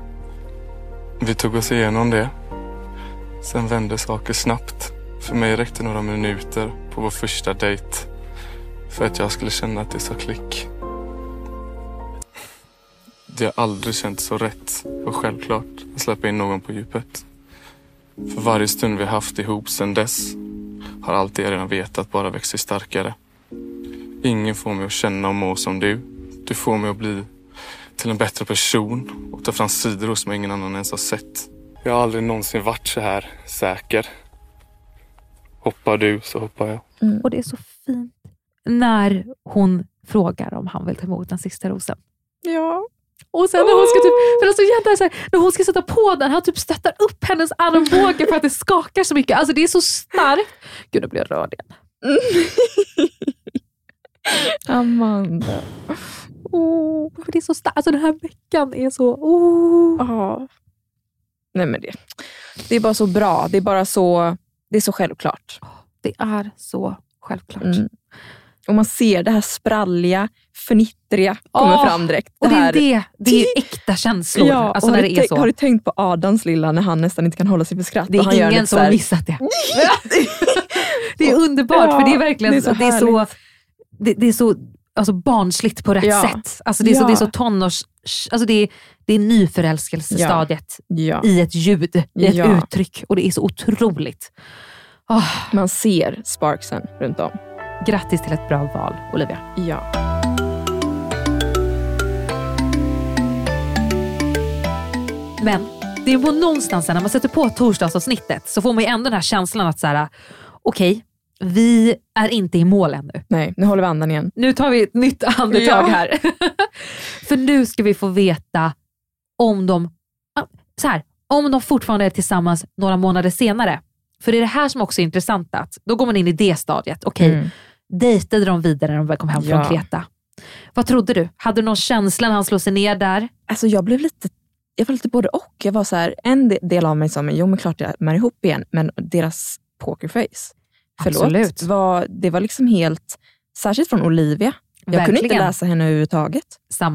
Vi tog oss igenom det. Sen vände saker snabbt. För mig räckte några minuter på vår första dejt för att jag skulle känna att det sa klick. Det har aldrig känt så rätt och självklart att släppa in någon på djupet. För varje stund vi haft ihop sedan dess har allt det jag redan vetat bara växt sig starkare. Ingen får mig att känna och må som du. Du får mig att bli till en bättre person och ta fram sidor som ingen annan ens har sett. Jag har aldrig någonsin varit så här säker. Hoppar du så hoppar jag. Och det är så fint när hon frågar om han vill ta emot den sista rosen. Ja. Och sen när hon ska typ, för alltså egentligen så här, när hon ska sätta på den, han typ stöttar upp hennes armbåge för att det skakar så mycket. Alltså det är så starkt. Gud, jag blir rörd igen. Amanda. Det är så starkt. Alltså den här veckan är så... Nej men det är bara så bra. Det är bara så... Det är så självklart. Det är så självklart. Och man ser det här spralliga, fnittriga kommer fram direkt. Och det är äkta känslor. Ja, alltså när det är så. Har du tänkt på Adams lilla när han nästan inte kan hålla sig för skratt? Det är ingen som har missat det. Det är underbart, för det är verkligen det är så alltså barnsligt på rätt sätt. Alltså det är så tonårs, alltså det är nyförälskelsestadiet i ett ljud, i ett uttryck, och det är så otroligt. Man ser sparksen runt om. Grattis till ett bra val, Olivia. Ja. Men det är på någonstans när man sätter på torsdagsavsnittet så får man ju ändå den här känslan att så här, okej, vi är inte i mål ännu. Nej, nu håller vi andan igen. Nu tar vi ett nytt andetag här. För nu ska vi få veta om de fortfarande är tillsammans några månader senare. För det är det här som också är intressant, att då går man in i det stadiet. Okej, dejtade de vidare när de kom hem från Kreta? Vad trodde du? Hade du någon känsla när han slog sig ner där? Alltså jag var lite både och. Jag var så här, en del av mig sa, men klart jag är ihop igen. Men deras pokerface, Absolut. Det var liksom helt, särskilt från Olivia. Jag kunde inte läsa henne överhuvudtaget. Samma.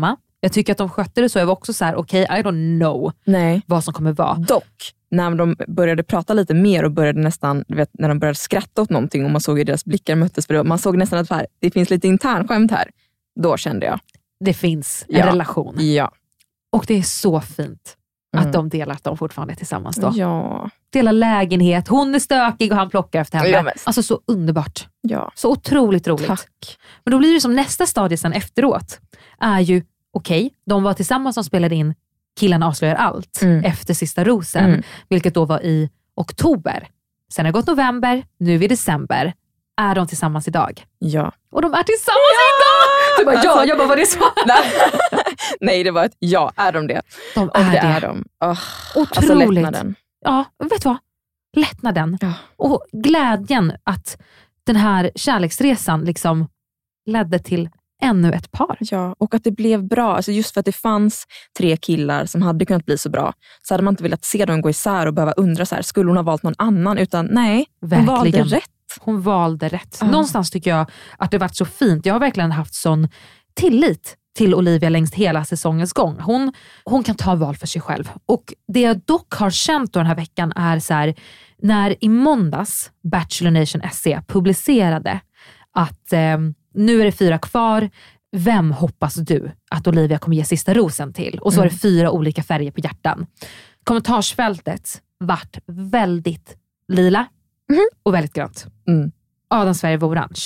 Jag tycker att de skötte det så. Jag var också så här: okej, I don't know vad som kommer vara. Dock, när de började prata lite mer och började nästan, du vet, när de började skratta åt någonting och man såg hur deras blickar möttes, för man såg nästan att det finns lite internskämt här. Då kände jag. Det finns en relation. Ja. Och det är så fint att de delar att de fortfarande är tillsammans då. Ja. Delar lägenhet, hon är stökig och han plockar efter henne. Ja, alltså så underbart. Ja. Så otroligt roligt. Tack. Men då blir det som nästa stadie sen efteråt. Är ju, okej, de var tillsammans som spelade in Killarna avslöjar allt efter Sista rosen. Vilket då var i oktober. Sen har det gått november, nu är det december. Är de tillsammans idag? Ja. Och de är tillsammans idag! Du bara, ja, jag bara, vad det så? Nej, det var ett ja, är de det? De och är det. Är de. Otroligt. Alltså lättnaden. Ja, vet du vad? Lättnaden. Ja. Och glädjen att den här kärleksresan liksom ledde till ännu ett par. Ja, och att det blev bra. Alltså just för att det fanns 3 killar som hade kunnat bli så bra, så hade man inte velat se dem gå isär och behöva undra så här, skulle hon ha valt någon annan? Utan nej, hon valde rätt. Hon valde rätt. Någonstans tycker jag att det varit så fint. Jag har verkligen haft sån tillit till Olivia längs hela säsongens gång. Hon kan ta val för sig själv. Och det jag dock har känt då den här veckan är så här, när i måndags Bachelor Nation SC publicerade att nu är det 4 kvar. Vem hoppas du att Olivia kommer ge sista rosen till? Och så var det 4 olika färger på hjärtan. Kommentarsfältet vart väldigt lila och väldigt grönt. Adam Sverige var orange.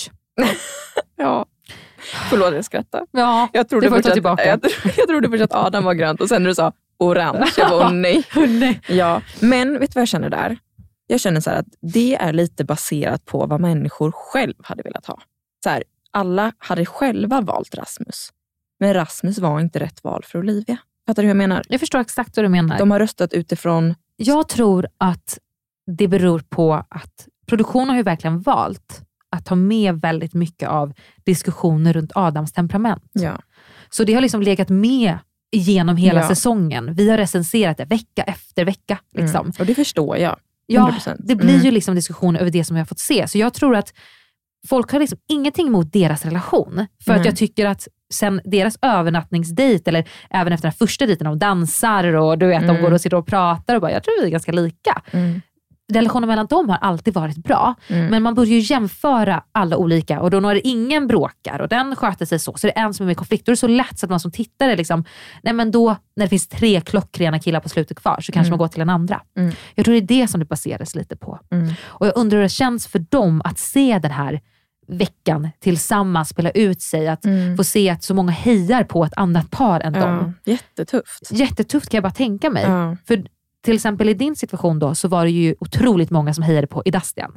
Ja. Förlåt, jag skrattar. Ja, jag trodde först att Adam var grönt och sen när du sa orange, jag var nej. Ja. Men vet du vad jag känner där? Jag känner så här att det är lite baserat på vad människor själv hade velat ha. Så här, alla hade själva valt Rasmus. Men Rasmus var inte rätt val för Olivia. Fattar du hur jag menar? Jag förstår exakt vad du menar. De har röstat utifrån... Jag tror att det beror på att produktionen har ju verkligen valt att ta med väldigt mycket av diskussioner runt Adams temperament. Ja. Så det har liksom legat med genom hela säsongen. Vi har recenserat det vecka efter vecka. Liksom. Och det förstår jag. 100%. Ja, det blir ju liksom diskussion över det som vi har fått se. Så jag tror att folk har liksom ingenting emot deras relation. För att jag tycker att sen deras övernattningsdejt, eller även efter den första dejten, de dansar och du vet, de går och sitter och pratar och bara, jag tror vi är ganska lika. Relationen mellan dem har alltid varit bra. Men man borde ju jämföra alla olika. Och då när ingen bråkar och den sköter sig så är det en som är med i konflikt. Då är det så lätt så att man som tittare liksom, nej men då, när det finns 3 klockrena killar på slutet kvar, så kanske man går till en andra. Jag tror det är det som det baseras lite på. Och jag undrar hur det känns för dem att se den här veckan tillsammans spela ut sig. Att få se att så många hejar på ett annat par än dem. Jättetufft. Jättetufft kan jag bara tänka mig. För till exempel i din situation då, så var det ju otroligt många som hejade på Idastian.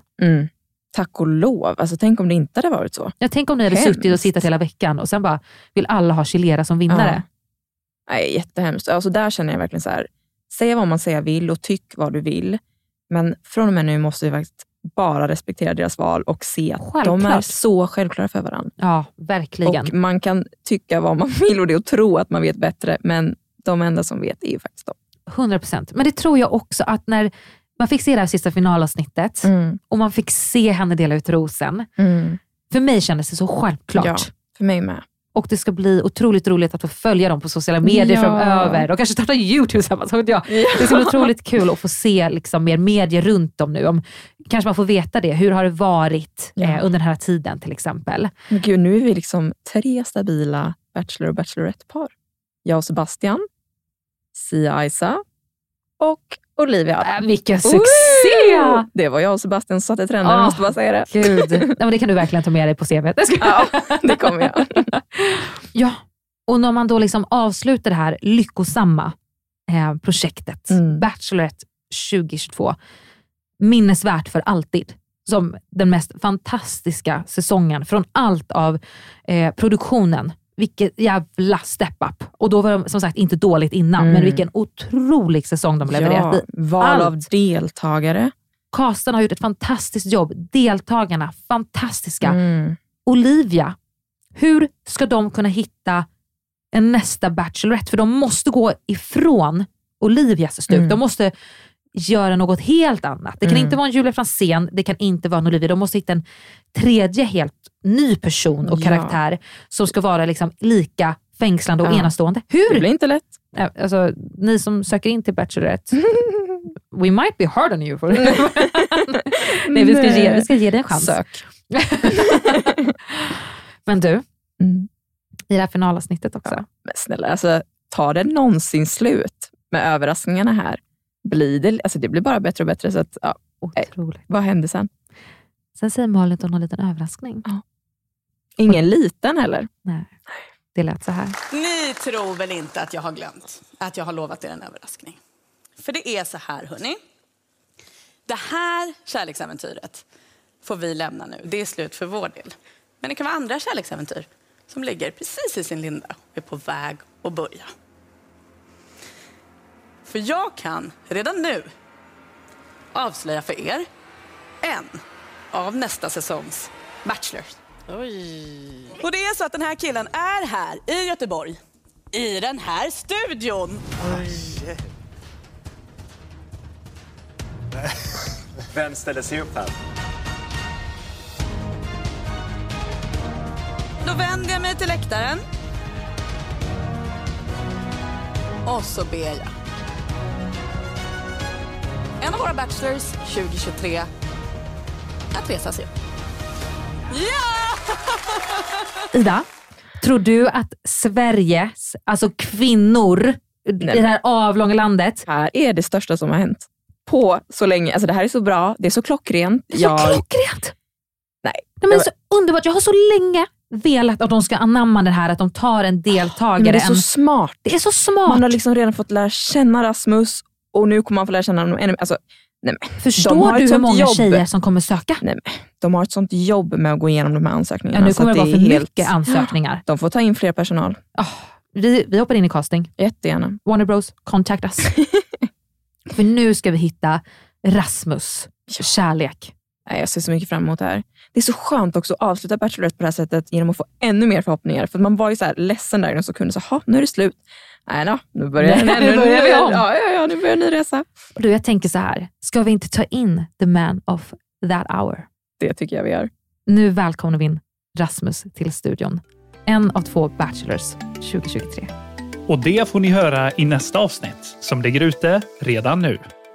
Tack och lov. Alltså tänk om det inte hade varit så. Jag tänk om ni hade suttit och sittat hela veckan och sen bara vill alla ha Chilera som vinnare. Nej, jättehemskt. Alltså där känner jag verkligen så här, säg vad man säger vill och tyck vad du vill. Men från och med nu måste vi faktiskt bara respektera deras val och se att de är så självklara för varandra. Ja, verkligen. Och man kan tycka vad man vill och det och tro att man vet bättre, men de enda som vet är ju faktiskt de. 100%. Men det tror jag också att när man fick se det här sista finalavsnittet och man fick se henne dela ut rosen. För mig kändes det så självklart. Ja, för mig med. Och det ska bli otroligt roligt att få följa dem på sociala medier framöver. Och kanske starta YouTube tillsammans. Det ska bli otroligt kul att få se liksom mer medier runt dem nu. Kanske man får veta det. Hur har det varit under den här tiden till exempel? Men gud, nu är vi liksom 3 stabila Bachelor- och Bachelorette-par. Jag och Sebastian, Sia Isa och Olivia. Vilken succé! Det var jag och Sebastian som satte trenden, jag måste bara säga det. Gud. Ja, men det kan du verkligen ta med dig på CV. Ja, det kommer jag. Ja, och när man då liksom avslutar det här lyckosamma projektet, Bachelorette 2022, minnesvärt för alltid. Som den mest fantastiska säsongen från allt av produktionen. Vilket jävla step-up. Och då var de som sagt inte dåligt innan. Men vilken otrolig säsong de levererat i. Val av deltagare. Casten har gjort ett fantastiskt jobb. Deltagarna, fantastiska. Olivia, hur ska de kunna hitta en nästa Bachelorette? För de måste gå ifrån Olivias stuk. De måste göra något helt annat. Det kan inte vara en Julia Franzén, det kan inte vara en Olivia. De måste hitta en tredje helt ny person och karaktär som ska vara liksom lika fängslande och enastående. Hur? Det blir inte lätt. Alltså, ni som söker in till Bachelorette, we might be hard on you for it. Nej, vi ska ge dig en chans. Sök. Men du, i det här finalavsnittet också. Ja, men snälla, alltså, tar det någonsin slut med överraskningarna här? Det blir bara bättre och bättre. Så att, ja. Otroligt. Vad hände sen? Sen säger Malin att hon har en liten överraskning. Ja. Ingen liten heller. Nej, det lät så här. Ni tror väl inte att jag har glömt att jag har lovat er en överraskning. För det är så här, hörni. Det här kärleksäventyret får vi lämna nu. Det är slut för vår del. Men det kan vara andra kärleksäventyr som ligger precis i sin linda och är på väg att börja. För jag kan redan nu avslöja för er en av nästa säsongs Bachelors. Oj. Och det är så att den här killen är här i Göteborg, i den här studion. Oj. Vem ställer sig upp här? Då vänder jag mig till läktaren. Och så ber jag. En av våra Bachelors 2023 att resa sig upp. Ja! Ida, tror du att Sveriges, alltså kvinnor i det här avlånga landet... Här är det största som har hänt på så länge. Alltså det här är så bra, det är så klockrent. Det är så klockrent! Nej. Men det är så underbart, jag har så länge velat att de ska anamma det här, att de tar en deltagare. Men det är så smart. Det är så smart. Man har liksom redan fått lära känna Rasmus och nu kommer man få lära känna honom ännu mer. Alltså, förstår du hur många tjejer som kommer söka? Nej, men de har ett sånt jobb med att gå igenom de här ansökningarna. Ja, nu kommer det vara för mycket ansökningar. De får ta in fler personal. Vi hoppar in i casting. Jättegärna. Warner Bros, contact us. För nu ska vi hitta Rasmus kärlek. Jag ser så mycket fram emot det här. Det är så skönt också att avsluta Bachelorette på det här sättet genom att få ännu mer förhoppningar. För man var ju så här ledsen där och så kunde säga, nu är det slut. Nej då, nu börjar vi om. Ja, nu börjar en ny resa. Och jag tänker så här, ska vi inte ta in the man of that hour? Det tycker jag vi gör. Nu välkomnar vi in Rasmus till studion. En av 2 Bachelors 2023. Och det får ni höra i nästa avsnitt som ligger ute redan nu.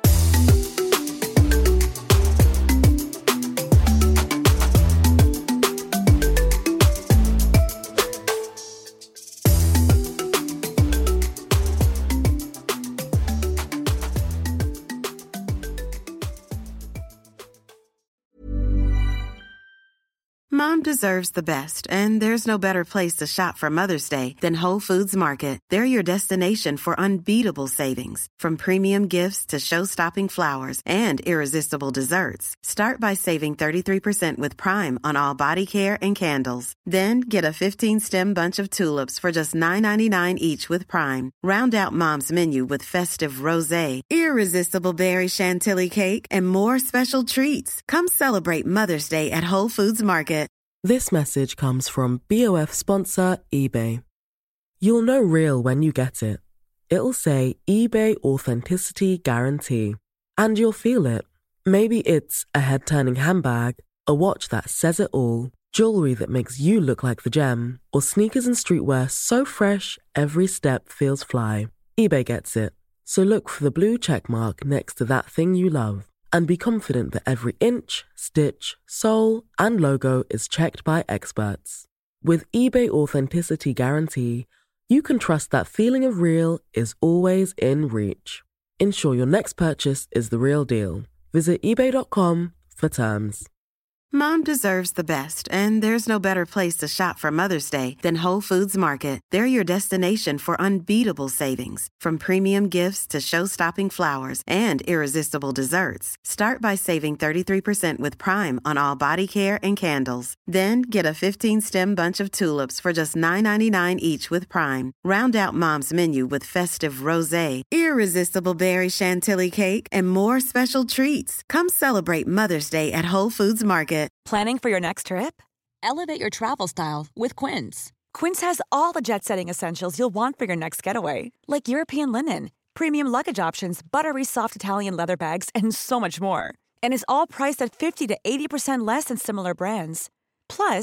Mom deserves the best, and there's no better place to shop for Mother's Day than Whole Foods Market. They're your destination for unbeatable savings, from premium gifts to show-stopping flowers and irresistible desserts. Start by saving 33% with Prime on all body care and candles. Then get a 15-stem bunch of tulips for just $9.99 each with Prime. Round out Mom's menu with festive rosé, irresistible berry chantilly cake, and more special treats. Come celebrate Mother's Day at Whole Foods Market. This message comes from BOF sponsor eBay. You'll know real when you get it. It'll say eBay Authenticity Guarantee. And you'll feel it. Maybe it's a head-turning handbag, a watch that says it all, jewelry that makes you look like the gem, or sneakers and streetwear so fresh every step feels fly. eBay gets it. So look for the blue check mark next to that thing you love. And be confident that every inch, stitch, sole, and logo is checked by experts. With eBay Authenticity Guarantee, you can trust that feeling of real is always in reach. Ensure your next purchase is the real deal. Visit ebay.com for terms. Mom deserves the best, and there's no better place to shop for Mother's Day than Whole Foods Market. They're your destination for unbeatable savings, from premium gifts to show-stopping flowers and irresistible desserts. Start by saving 33% with Prime on all body care and candles. Then get a 15-stem bunch of tulips for just $9.99 each with Prime. Round out Mom's menu with festive rosé, irresistible berry chantilly cake, and more special treats. Come celebrate Mother's Day at Whole Foods Market. Planning for your next trip? Elevate your travel style with Quince. Quince has all the jet-setting essentials you'll want for your next getaway, like European linen, premium luggage options, buttery soft Italian leather bags, and so much more. And is all priced at 50 to 80% less than similar brands. Plus,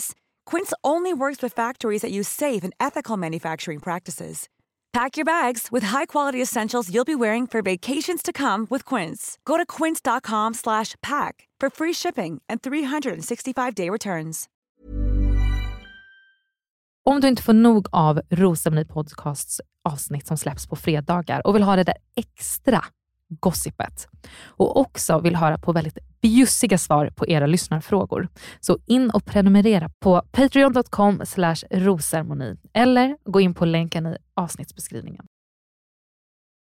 Quince only works with factories that use safe and ethical manufacturing practices. Pack your bags with high-quality essentials you'll be wearing for vacations to come with Quince. Go to quince.com/pack for free shipping and 365-day returns. Om du inte får nog av Rosceremoni podcasts avsnitt som släpps på fredagar och vill ha det där extra gossipet och också vill höra på väldigt bjussiga svar på era lyssnarfrågor, så in och prenumerera på patreon.com/rosceremoni eller gå in på länken i avsnittsbeskrivningen.